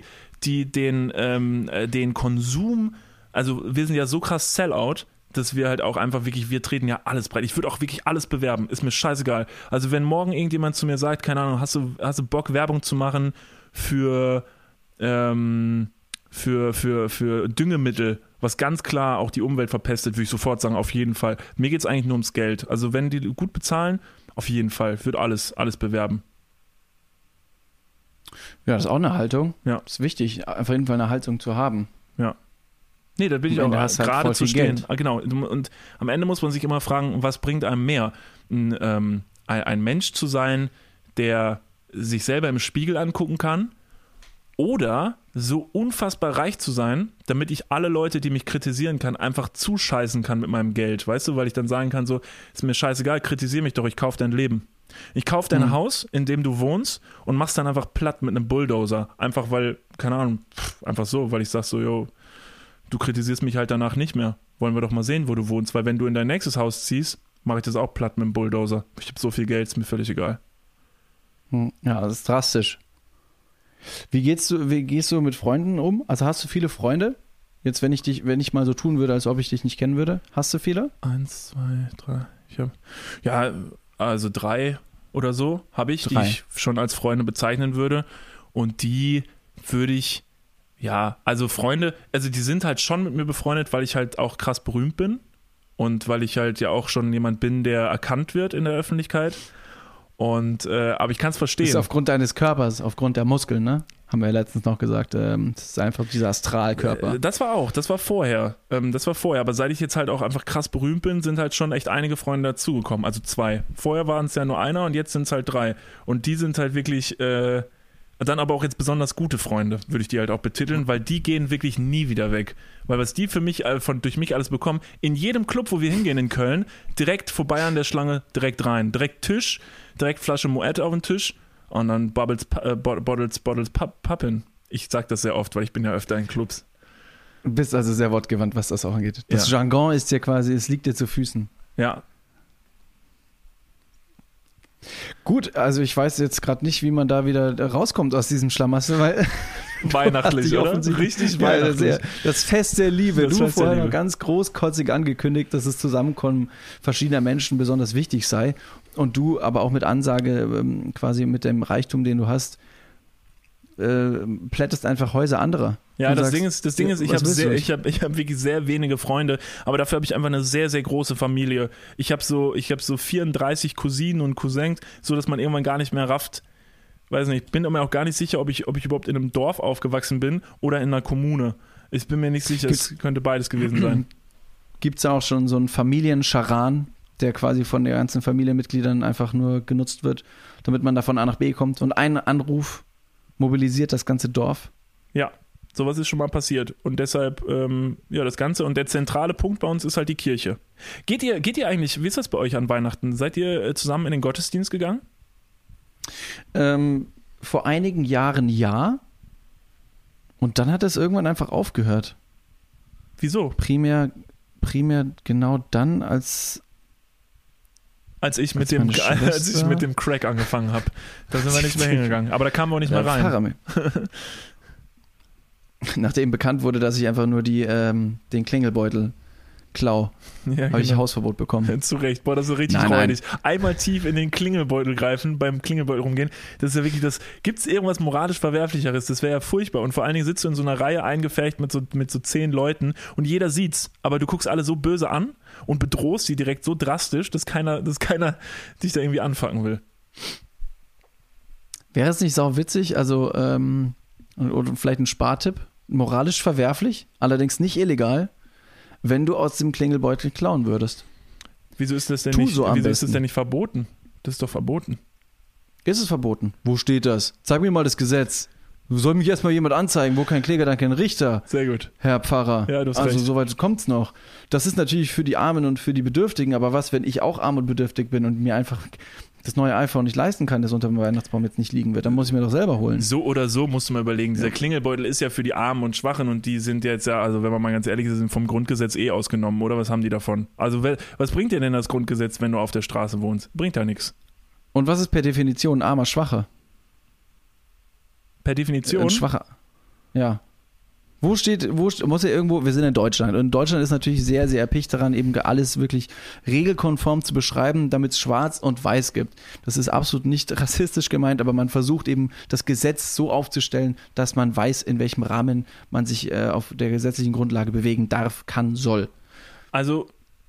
den Konsum, also wir sind ja so krass Sellout, dass wir halt auch einfach wirklich, wir treten ja alles breit. Ich würde auch wirklich alles bewerben. Ist mir scheißegal. Also wenn morgen irgendjemand zu mir sagt, keine Ahnung, hast du Bock, Werbung zu machen für Düngemittel, was ganz klar auch die Umwelt verpestet, würde ich sofort sagen, auf jeden Fall. Mir geht es eigentlich nur ums Geld. Also wenn die gut bezahlen, auf jeden Fall. Ich würde alles bewerben. Ja, das ist auch eine Haltung. Ja. Das ist wichtig, auf jeden Fall eine Haltung zu haben. Ja. Nee, da bin ich auch gerade zu stehen. Genau. Und am Ende muss man sich immer fragen, was bringt einem mehr? Ein Mensch zu sein, der sich selber im Spiegel angucken kann, oder so unfassbar reich zu sein, damit ich alle Leute, die mich kritisieren kann, einfach zuscheißen kann mit meinem Geld, weißt du, weil ich dann sagen kann, so, ist mir scheißegal, kritisiere mich doch, ich kaufe dein Leben. Ich kaufe dein Haus, in dem du wohnst und mach's dann einfach platt mit einem Bulldozer. Einfach weil, keine Ahnung, einfach so, weil ich sag so, yo, du kritisierst mich halt danach nicht mehr. Wollen wir doch mal sehen, wo du wohnst, weil wenn du in dein nächstes Haus ziehst, mache ich das auch platt mit dem Bulldozer. Ich habe so viel Geld, ist mir völlig egal. Ja, das ist drastisch. Wie gehst du mit Freunden um? Also hast du viele Freunde? Jetzt, wenn ich mal so tun würde, als ob ich dich nicht kennen würde, hast du viele? 1, 2, 3. Also 3 oder so habe ich, 3. Die ich schon als Freunde bezeichnen würde. Und die würde ich, also Freunde, also die sind halt schon mit mir befreundet, weil ich halt auch krass berühmt bin und weil ich halt ja auch schon jemand bin, der erkannt wird in der Öffentlichkeit. Aber ich kann es verstehen. Das ist aufgrund deines Körpers, aufgrund der Muskeln, ne? Haben wir ja letztens noch gesagt. Das ist einfach dieser Astralkörper. Das war vorher. Aber seit ich jetzt halt auch einfach krass berühmt bin, sind halt schon echt einige Freunde dazugekommen. Also 2. Vorher waren es ja nur einer und jetzt sind es halt 3. Und die sind halt wirklich dann aber auch jetzt besonders gute Freunde, würde ich die halt auch betiteln, weil die gehen wirklich nie wieder weg. Weil was die für mich, durch mich alles bekommen, in jedem Club, wo wir hingehen in Köln, direkt vorbei an der Schlange, direkt rein. Direkt Tisch, direkt Flasche Moet auf den Tisch und dann Bottles Pappin. Ich sag das sehr oft, weil ich bin ja öfter in Clubs. Du bist also sehr wortgewandt, was das auch angeht. Das Jargon ist ja quasi, es liegt dir zu Füßen. Ja. Gut, also ich weiß jetzt gerade nicht, wie man da wieder rauskommt aus diesem Schlamassel, weil weihnachtlich, oder? Richtig weihnachtlich. Das Fest der Liebe. Du hast vorher noch ganz großkotzig angekündigt, dass das Zusammenkommen verschiedener Menschen besonders wichtig sei und du aber auch mit Ansage quasi mit dem Reichtum, den du hast, plättest einfach Häuser anderer. Ja, das Ding ist, ich habe wirklich sehr wenige Freunde, aber dafür habe ich einfach eine sehr, sehr große Familie. Ich habe so 34 Cousinen und Cousins, so dass man irgendwann gar nicht mehr rafft. Weiß nicht, ich bin mir auch gar nicht sicher, ob ich überhaupt in einem Dorf aufgewachsen bin oder in einer Kommune. Ich bin mir nicht sicher, es könnte beides gewesen sein. Gibt es auch schon so einen Familienscharan, der quasi von den ganzen Familienmitgliedern einfach nur genutzt wird, damit man da von A nach B kommt und ein Anruf mobilisiert das ganze Dorf? Ja, sowas ist schon mal passiert. Und deshalb, das Ganze. Und der zentrale Punkt bei uns ist halt die Kirche. Geht ihr eigentlich, wie ist das bei euch an Weihnachten? Seid ihr zusammen in den Gottesdienst gegangen? Vor einigen Jahren ja. Und dann hat es irgendwann einfach aufgehört. Wieso? Primär genau dann, als ich mit dem Crack angefangen habe. Da sind wir nicht mehr hingegangen. Aber da kamen wir auch nicht mehr rein. Nachdem bekannt wurde, dass ich einfach nur den Klingelbeutel klau, habe ich Hausverbot bekommen. Zu Recht. Boah, das ist richtig räudig. Einmal tief in den Klingelbeutel greifen, beim Klingelbeutel rumgehen, das ist ja wirklich das. Gibt es irgendwas moralisch Verwerflicheres? Das wäre ja furchtbar. Und vor allen Dingen sitzt du in so einer Reihe eingefärbt mit so 10 Leuten und jeder sieht's, aber du guckst alle so böse an und bedrohst sie direkt so drastisch, dass keiner dich da irgendwie anfacken will. Wäre es nicht sau witzig, also oder vielleicht ein Spartipp, moralisch verwerflich, allerdings nicht illegal, wenn du aus dem Klingelbeutel klauen würdest. Wieso ist das denn nicht verboten? Das ist doch verboten. Ist es verboten? Wo steht das? Zeig mir mal das Gesetz. Soll mich erstmal jemand anzeigen, wo kein Kläger, dann kein Richter. Sehr gut. Herr Pfarrer. Ja, du hast also recht. Soweit kommt's noch. Das ist natürlich für die Armen und für die Bedürftigen, aber was, wenn ich auch arm und bedürftig bin und mir einfach das neue iPhone nicht leisten kann, das unter dem Weihnachtsbaum jetzt nicht liegen wird, dann muss ich mir doch selber holen. So oder so musst du mal überlegen, dieser Klingelbeutel ist ja für die Armen und Schwachen und die sind jetzt ja, also wenn man mal ganz ehrlich ist, sind vom Grundgesetz ausgenommen, oder? Was haben die davon? Also was bringt dir denn das Grundgesetz, wenn du auf der Straße wohnst? Bringt ja nichts. Und was ist per Definition ein armer Schwacher? Per Definition? Ein Schwacher. Ja. Muss ja irgendwo, wir sind in Deutschland und Deutschland ist natürlich sehr, sehr erpicht daran, eben alles wirklich regelkonform zu beschreiben, damit es schwarz und weiß gibt. Das ist absolut nicht rassistisch gemeint, aber man versucht eben das Gesetz so aufzustellen, dass man weiß, in welchem Rahmen man sich auf der gesetzlichen Grundlage bewegen darf, kann, soll. Also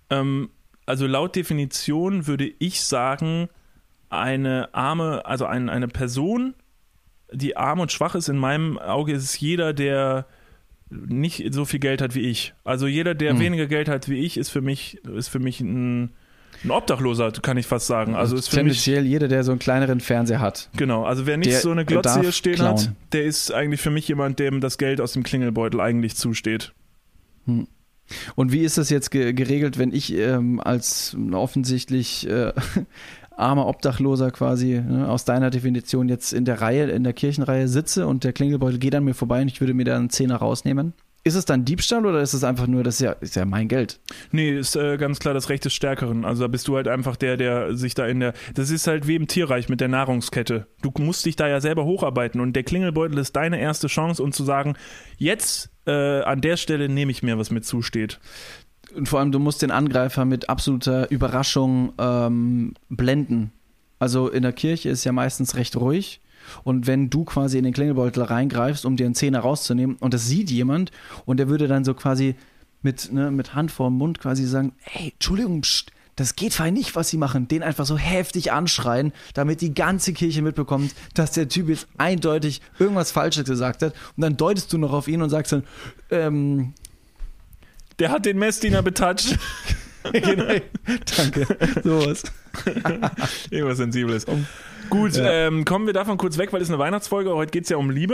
laut Definition würde ich sagen, eine Person, die arm und schwach ist, in meinem Auge ist es jeder, der nicht so viel Geld hat wie ich. Also jeder, der weniger Geld hat wie ich, ist für mich ein Obdachloser, kann ich fast sagen. Also ist für tendenziell jeder, der so einen kleineren Fernseher hat. Genau, also wer nicht so eine Glotze hier stehen hat, der ist eigentlich für mich jemand, dem das Geld aus dem Klingelbeutel eigentlich zusteht. Und wie ist das jetzt geregelt, wenn ich als offensichtlich armer Obdachloser quasi, ne, aus deiner Definition jetzt in der Kirchenreihe sitze und der Klingelbeutel geht an mir vorbei und ich würde mir da einen Zehner rausnehmen? Ist es dann Diebstahl oder ist es einfach nur, das ist ja mein Geld? Nee, ist ganz klar das Recht des Stärkeren. Also da bist du halt einfach der sich da das ist halt wie im Tierreich mit der Nahrungskette. Du musst dich da ja selber hocharbeiten und der Klingelbeutel ist deine erste Chance, um zu sagen, jetzt an der Stelle nehme ich mir, was mir zusteht. Und vor allem, du musst den Angreifer mit absoluter Überraschung blenden. Also in der Kirche ist ja meistens recht ruhig. Und wenn du quasi in den Klingelbeutel reingreifst, um dir einen Zehner rauszunehmen, und das sieht jemand, und der würde dann so quasi mit Hand vor dem Mund quasi sagen, hey, Entschuldigung, pst, das geht fein nicht, was sie machen. Den einfach so heftig anschreien, damit die ganze Kirche mitbekommt, dass der Typ jetzt eindeutig irgendwas Falsches gesagt hat. Und dann deutest du noch auf ihn und sagst dann, der hat den Messdiener betatscht. Genau. Danke. Sowas. Irgendwas Sensibles. Gut, kommen wir davon kurz weg, weil es eine Weihnachtsfolge, heute geht es ja um Liebe.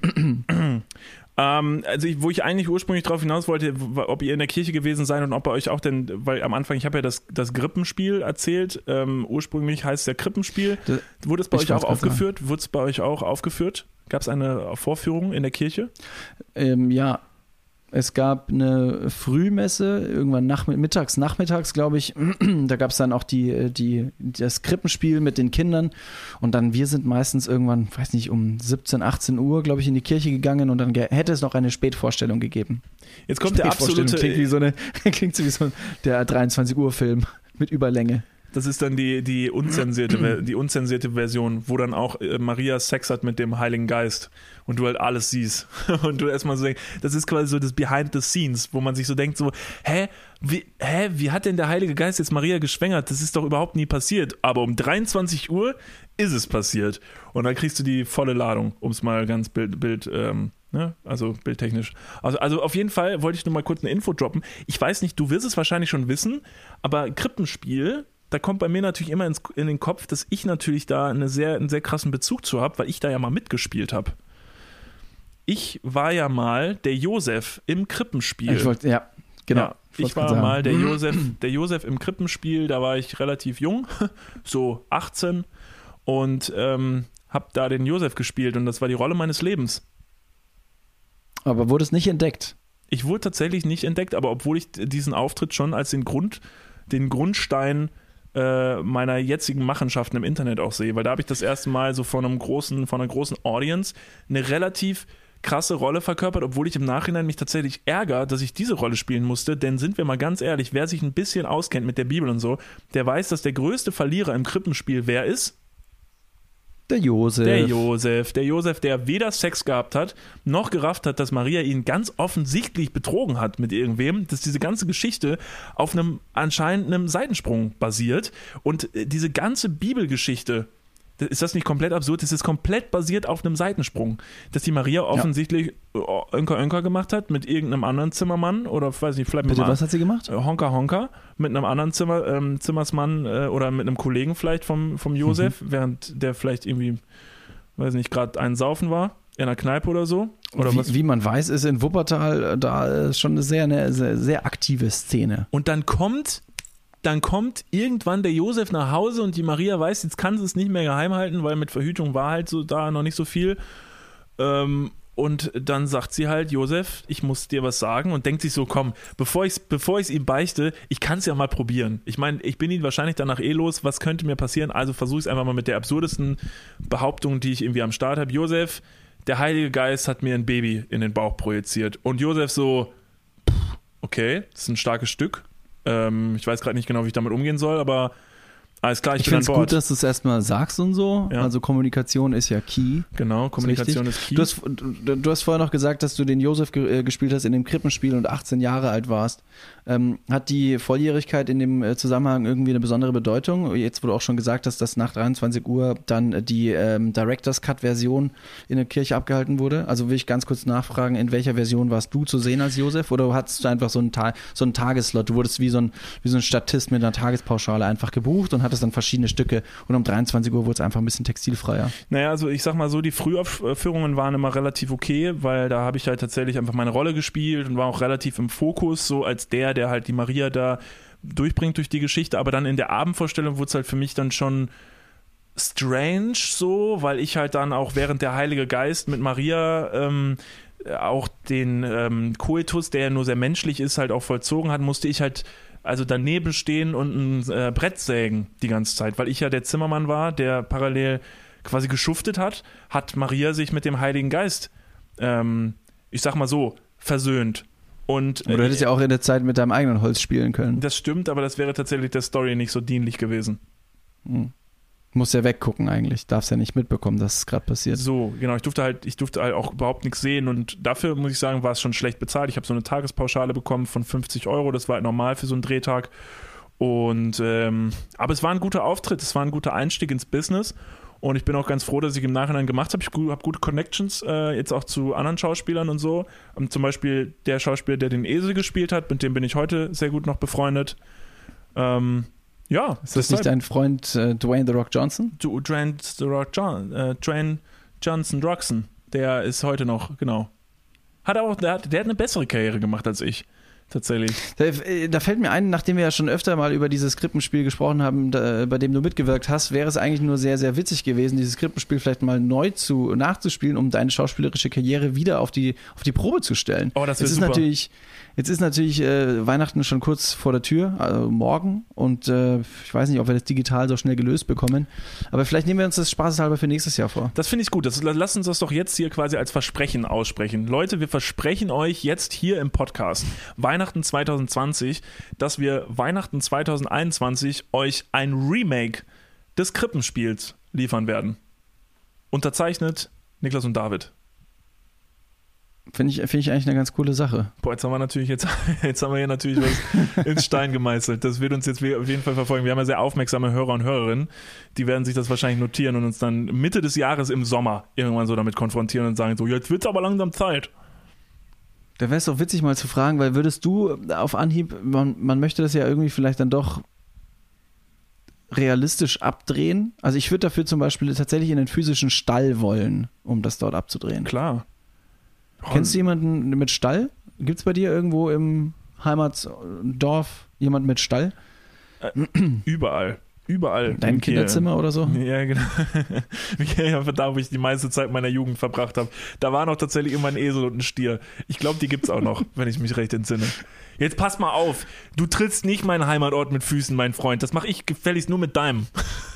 Wo ich eigentlich ursprünglich drauf hinaus wollte, ob ihr in der Kirche gewesen seid und ob bei euch auch denn, weil am Anfang, ich habe ja das Krippenspiel erzählt, ursprünglich heißt es ja Krippenspiel. Wurde es bei euch auch aufgeführt? Wurde es bei euch auch aufgeführt? Gab es eine Vorführung in der Kirche? Ja. Es gab eine Frühmesse, irgendwann nachmittags, glaube ich. Da gab es dann auch das Krippenspiel mit den Kindern. Und dann, wir sind meistens irgendwann, weiß nicht, um 17, 18 Uhr, glaube ich, in die Kirche gegangen. Und dann hätte es noch eine Spätvorstellung gegeben. Jetzt kommt der absolute... Klingt so wie so der 23 Uhr Film mit Überlänge. Das ist dann die unzensierte Version, wo dann auch Maria Sex hat mit dem Heiligen Geist und du halt alles siehst. Und du erstmal so denkst, das ist quasi so das Behind the Scenes, wo man sich so denkt, so, wie hat denn der Heilige Geist jetzt Maria geschwängert? Das ist doch überhaupt nie passiert. Aber um 23 Uhr ist es passiert. Und dann kriegst du die volle Ladung, um es mal ganz bildtechnisch. Also auf jeden Fall wollte ich nur mal kurz eine Info droppen. Ich weiß nicht, du wirst es wahrscheinlich schon wissen, aber Krippenspiel, da kommt bei mir natürlich immer in den Kopf, dass ich natürlich da einen sehr krassen Bezug zu habe, weil ich da ja mal mitgespielt habe. Ich war ja mal der Josef im Krippenspiel. Genau. Ja, ich war mal der Josef im Krippenspiel, da war ich relativ jung, so 18 und habe da den Josef gespielt und das war die Rolle meines Lebens. Aber wurde es nicht entdeckt? Ich wurde tatsächlich nicht entdeckt, aber obwohl ich diesen Auftritt schon als den Grundstein meiner jetzigen Machenschaften im Internet auch sehe, weil da habe ich das erste Mal so von einer großen Audience eine relativ krasse Rolle verkörpert, obwohl ich im Nachhinein mich tatsächlich ärgere, dass ich diese Rolle spielen musste, denn sind wir mal ganz ehrlich, wer sich ein bisschen auskennt mit der Bibel und so, der weiß, dass der größte Verlierer im Krippenspiel wer ist? Der Josef, der weder Sex gehabt hat, noch gerafft hat, dass Maria ihn ganz offensichtlich betrogen hat mit irgendwem, dass diese ganze Geschichte auf anscheinend einem Seitensprung basiert und diese ganze Bibelgeschichte, ist das nicht komplett absurd? Das ist komplett basiert auf einem Seitensprung, dass die Maria offensichtlich Önker gemacht hat mit irgendeinem anderen Zimmermann oder weiß nicht, vielleicht was hat sie gemacht? Honka mit einem anderen Zimmersmann oder mit einem Kollegen vielleicht vom Josef, während der vielleicht irgendwie, weiß nicht, gerade einen saufen war in einer Kneipe oder so. Oder wie man weiß, ist in Wuppertal da schon eine sehr aktive Szene. Und dann kommt dann kommt irgendwann der Josef nach Hause und die Maria weiß, jetzt kann sie es nicht mehr geheim halten, weil mit Verhütung war halt so da noch nicht so viel. Und dann sagt sie halt, Josef, ich muss dir was sagen und denkt sich so, komm, bevor ich es ihm beichte, ich kann es ja mal probieren. Ich meine, ich bin ihn wahrscheinlich danach los, was könnte mir passieren? Also versuche ich es einfach mal mit der absurdesten Behauptung, die ich irgendwie am Start habe. Josef, der Heilige Geist hat mir ein Baby in den Bauch projiziert. Und Josef so, okay, das ist ein starkes Stück. Ich weiß gerade nicht genau, wie ich damit umgehen soll, aber alles klar, ich bin an finde es Bord. gut, dass du es erstmal sagst und so. Ja. Also Kommunikation ist ja key. Genau, Kommunikation ist key. Du hast vorher noch gesagt, dass du den Josef gespielt hast in dem Krippenspiel und 18 Jahre alt warst. Hat die Volljährigkeit in dem Zusammenhang irgendwie eine besondere Bedeutung? Jetzt, wo du auch schon gesagt hast, dass nach 23 Uhr dann die Director's Cut-Version in der Kirche abgehalten wurde. Also will ich ganz kurz nachfragen, in welcher Version warst du zu sehen als Josef? Oder hattest du einfach so einen Tagesslot? Du wurdest wie so ein Statist mit einer Tagespauschale einfach gebucht und hattest dann verschiedene Stücke und um 23 Uhr wurde es einfach ein bisschen textilfreier. Naja, also ich sag mal so, die Frühaufführungen waren immer relativ okay, weil da habe ich halt tatsächlich einfach meine Rolle gespielt und war auch relativ im Fokus, so als der halt die Maria da durchbringt durch die Geschichte, aber dann in der Abendvorstellung wurde es halt für mich dann schon strange so, weil ich halt dann auch während der Heilige Geist mit Maria auch den Koitus, der ja nur sehr menschlich ist, halt auch vollzogen hat, musste ich halt also daneben stehen und ein Brett sägen die ganze Zeit, weil ich ja der Zimmermann war, der parallel quasi geschuftet hat Maria sich mit dem Heiligen Geist, ich sag mal so, versöhnt. Und, du hättest ja auch in der Zeit mit deinem eigenen Holz spielen können. Das stimmt, aber das wäre tatsächlich der Story nicht so dienlich gewesen. Musst ja weggucken eigentlich, darfst ja nicht mitbekommen, dass es gerade passiert. So, genau, ich durfte halt auch überhaupt nichts sehen und dafür, muss ich sagen, war es schon schlecht bezahlt. Ich habe so eine Tagespauschale bekommen von 50 €, das war halt normal für so einen Drehtag. Und aber es war ein guter Auftritt, es war ein guter Einstieg ins Business. Und ich bin auch ganz froh, dass ich im Nachhinein gemacht habe. Ich habe gute Connections jetzt auch zu anderen Schauspielern und so. Zum Beispiel der Schauspieler, der den Esel gespielt hat, mit dem bin ich heute sehr gut noch befreundet. Ja. Ist das nicht dein Freund Dwayne The Rock Johnson? Dwayne The Rock Dwayne Johnson Droxon. Der ist heute noch, genau. Der hat eine bessere Karriere gemacht als ich. Tatsächlich. Da fällt mir ein, nachdem wir ja schon öfter mal über dieses Krippenspiel gesprochen haben, bei dem du mitgewirkt hast, wäre es eigentlich nur sehr, sehr witzig gewesen, dieses Krippenspiel vielleicht mal neu nachzuspielen, um deine schauspielerische Karriere wieder auf die Probe zu stellen. Oh, das wäre super. Jetzt ist natürlich Weihnachten schon kurz vor der Tür, also morgen, und ich weiß nicht, ob wir das digital so schnell gelöst bekommen, aber vielleicht nehmen wir uns das spaßeshalber für nächstes Jahr vor. Das finde ich gut. Lass uns das doch jetzt hier quasi als Versprechen aussprechen. Leute, wir versprechen euch jetzt hier im Podcast Weihnachten 2020, dass wir Weihnachten 2021 euch ein Remake des Krippenspiels liefern werden. Unterzeichnet Niklas und David. Finde ich eigentlich eine ganz coole Sache. Boah, jetzt haben wir hier natürlich was ins Stein gemeißelt. Das wird uns jetzt auf jeden Fall verfolgen. Wir haben ja sehr aufmerksame Hörer und Hörerinnen. Die werden sich das wahrscheinlich notieren und uns dann Mitte des Jahres im Sommer irgendwann so damit konfrontieren und sagen so, jetzt wird's aber langsam Zeit. Da wäre es doch witzig mal zu fragen, weil würdest du auf Anhieb, man möchte das ja irgendwie vielleicht dann doch realistisch abdrehen. Also ich würde dafür zum Beispiel tatsächlich in den physischen Stall wollen, um das dort abzudrehen. Klar. Kennst du jemanden mit Stall? Gibt es bei dir irgendwo im Heimatdorf jemanden mit Stall? Überall. Dein Kinderzimmer oder so? Ja, genau. Da, wo ich die meiste Zeit meiner Jugend verbracht habe. Da war noch tatsächlich immer ein Esel und ein Stier. Ich glaube, die gibt's auch noch, wenn ich mich recht entsinne. Jetzt pass mal auf. Du trittst nicht meinen Heimatort mit Füßen, mein Freund. Das mache ich gefälligst nur mit deinem.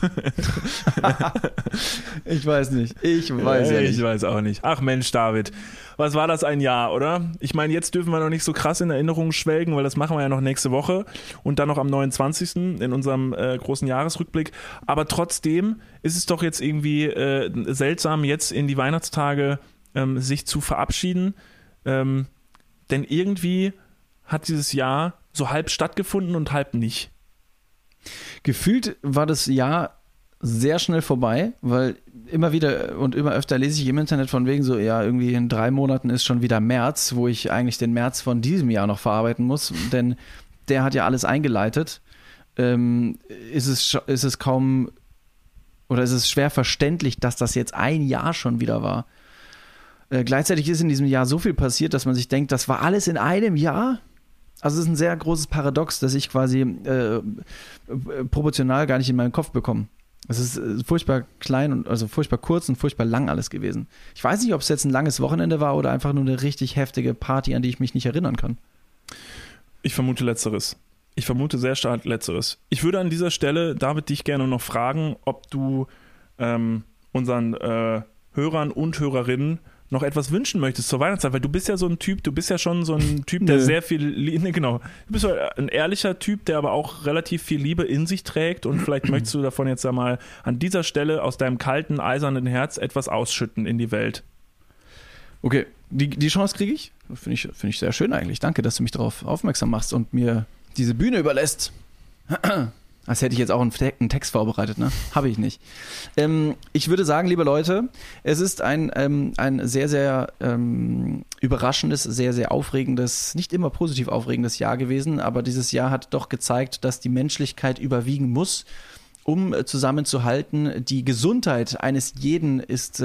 Ich weiß nicht. Ich weiß auch nicht. Ach Mensch, David. Was war das ein Jahr, oder? Ich meine, jetzt dürfen wir noch nicht so krass in Erinnerungen schwelgen, weil das machen wir ja noch nächste Woche und dann noch am 29. in unserem großen Jahresrückblick. Aber trotzdem ist es doch jetzt irgendwie seltsam, jetzt in die Weihnachtstage sich zu verabschieden. Denn irgendwie hat dieses Jahr so halb stattgefunden und halb nicht. Gefühlt war das Jahr sehr schnell vorbei, weil immer wieder und immer öfter lese ich im Internet von wegen so, ja, irgendwie in 3 Monaten ist schon wieder März, wo ich eigentlich den März von diesem Jahr noch verarbeiten muss, denn der hat ja alles eingeleitet. Ist es kaum oder ist es schwer verständlich, dass das jetzt ein Jahr schon wieder war. Gleichzeitig ist in diesem Jahr so viel passiert, dass man sich denkt, das war alles in einem Jahr. Also es ist ein sehr großes Paradox, dass ich quasi proportional gar nicht in meinen Kopf bekomme. Es ist furchtbar klein und also furchtbar kurz und furchtbar lang alles gewesen. Ich weiß nicht, ob es jetzt ein langes Wochenende war oder einfach nur eine richtig heftige Party, an die ich mich nicht erinnern kann. Ich vermute Letzteres. Ich vermute sehr stark Letzteres. Ich würde an dieser Stelle, David, dich gerne noch fragen, ob du unseren Hörern und Hörerinnen noch etwas wünschen möchtest zur Weihnachtszeit, weil du bist ja so ein Typ, der sehr viel, genau, du bist ein ehrlicher Typ, der aber auch relativ viel Liebe in sich trägt und vielleicht möchtest du davon jetzt einmal an dieser Stelle aus deinem kalten, eisernen Herz etwas ausschütten in die Welt. Okay, die Chance kriege ich. Finde ich sehr schön eigentlich. Danke, dass du mich darauf aufmerksam machst und mir diese Bühne überlässt. Als hätte ich jetzt auch einen Text vorbereitet, ne? Habe ich nicht. Ich würde sagen, liebe Leute, es ist ein sehr, sehr überraschendes, sehr, sehr aufregendes, nicht immer positiv aufregendes Jahr gewesen, aber dieses Jahr hat doch gezeigt, dass die Menschlichkeit überwiegen muss, um zusammenzuhalten. Die Gesundheit eines jeden ist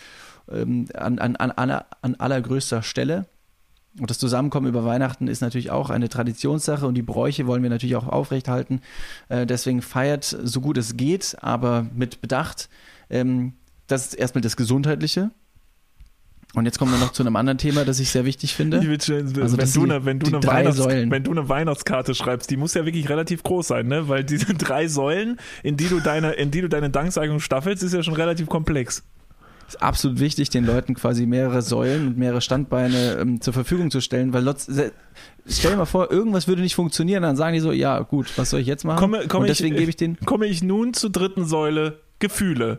an allergrößter Stelle. Und das Zusammenkommen über Weihnachten ist natürlich auch eine Traditionssache und die Bräuche wollen wir natürlich auch aufrechthalten. Deswegen feiert so gut es geht, aber mit Bedacht. Das ist erstmal das Gesundheitliche. Und jetzt kommen wir noch zu einem anderen Thema, das ich sehr wichtig finde. Also wenn du eine Weihnachtskarte schreibst, die muss ja wirklich relativ groß sein, ne? Weil diese 3 Säulen, in die du deine Danksagung staffelst, ist ja schon relativ komplex. Ist absolut wichtig, den Leuten quasi mehrere Säulen und mehrere Standbeine zur Verfügung zu stellen, weil stell dir mal vor, irgendwas würde nicht funktionieren, dann sagen die so, ja gut, was soll ich jetzt machen? Und deswegen gebe ich den... Komme ich nun zur 3. Säule, Gefühle.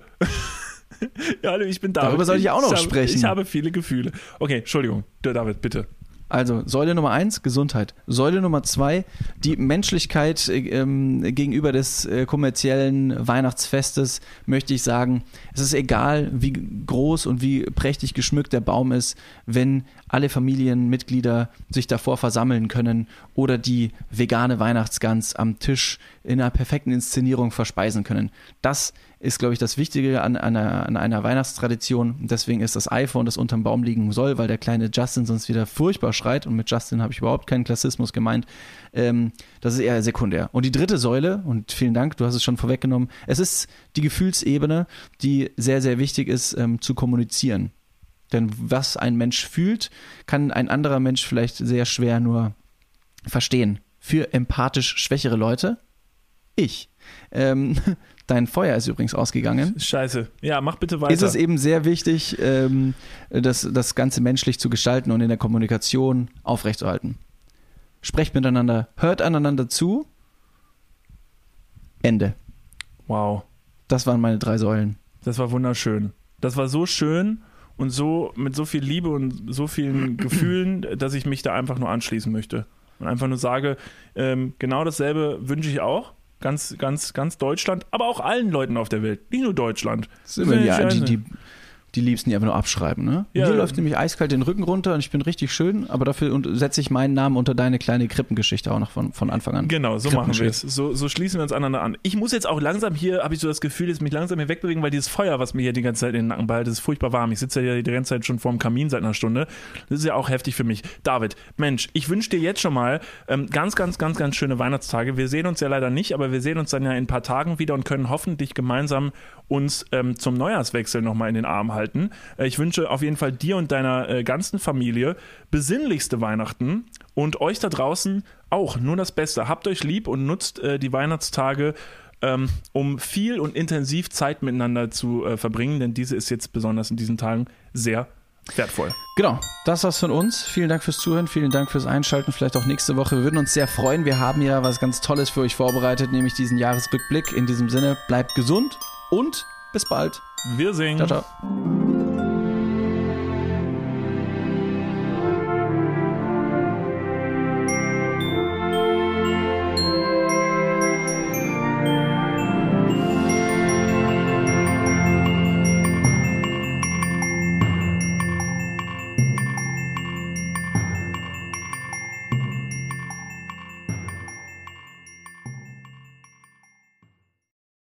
Ja, ich bin David. Darüber soll ich auch noch sprechen. Ich habe viele Gefühle. Okay, Entschuldigung, David, bitte. Also Säule Nummer 1, Gesundheit. Säule Nummer 2, die Menschlichkeit gegenüber des kommerziellen Weihnachtsfestes, möchte ich sagen, es ist egal, wie groß und wie prächtig geschmückt der Baum ist, wenn alle Familienmitglieder sich davor versammeln können oder die vegane Weihnachtsgans am Tisch in einer perfekten Inszenierung verspeisen können. Das ist, glaube ich, das Wichtige an einer Weihnachtstradition. Deswegen ist das iPhone, das unterm Baum liegen soll, weil der kleine Justin sonst wieder furchtbar schreit. Und mit Justin habe ich überhaupt keinen Klassismus gemeint. Das ist eher sekundär. Und die 3. Säule, und vielen Dank, du hast es schon vorweggenommen, es ist die Gefühlsebene, die sehr, sehr wichtig ist, zu kommunizieren. Denn was ein Mensch fühlt, kann ein anderer Mensch vielleicht sehr schwer nur verstehen. Für empathisch schwächere Leute, ich. Dein Feuer ist übrigens ausgegangen. Scheiße. Ja, mach bitte weiter. Ist es eben sehr wichtig, das Ganze menschlich zu gestalten und in der Kommunikation aufrechtzuerhalten. Sprecht miteinander, hört aneinander zu. Ende. Wow. Das waren meine 3 Säulen. Das war wunderschön. Das war so schön und so mit so viel Liebe und so vielen Gefühlen, dass ich mich da einfach nur anschließen möchte. Und einfach nur sage, genau dasselbe wünsche ich auch. Ganz, ganz, ganz Deutschland, aber auch allen Leuten auf der Welt, nicht nur Deutschland. Das sind immer die Liebsten, die einfach nur abschreiben, ne? Ja, mir läuft nämlich eiskalt den Rücken runter und ich bin richtig schön, aber dafür setze ich meinen Namen unter deine kleine Krippengeschichte auch noch von Anfang an. Genau, so machen wir es. So schließen wir uns aneinander an. Ich muss jetzt auch langsam hier, habe ich so das Gefühl, jetzt mich langsam hier wegbewegen, weil dieses Feuer, was mir hier die ganze Zeit in den Nacken behalten, ist furchtbar warm. Ich sitze ja hier die ganze Zeit schon vorm Kamin seit einer Stunde. Das ist ja auch heftig für mich. David, Mensch, ich wünsche dir jetzt schon mal ganz, ganz, ganz, ganz schöne Weihnachtstage. Wir sehen uns ja leider nicht, aber wir sehen uns dann ja in ein paar Tagen wieder und können hoffentlich gemeinsam uns zum Neujahrswechsel nochmal in den Arm halten. Ich wünsche auf jeden Fall dir und deiner ganzen Familie besinnlichste Weihnachten und euch da draußen auch nur das Beste. Habt euch lieb und nutzt die Weihnachtstage, um viel und intensiv Zeit miteinander zu verbringen, denn diese ist jetzt besonders in diesen Tagen sehr wertvoll. Genau, das war's von uns. Vielen Dank fürs Zuhören, vielen Dank fürs Einschalten, vielleicht auch nächste Woche. Wir würden uns sehr freuen. Wir haben ja was ganz Tolles für euch vorbereitet, nämlich diesen Jahresrückblick. In diesem Sinne, bleibt gesund und bis bald. Wir singen. Ciao, ciao.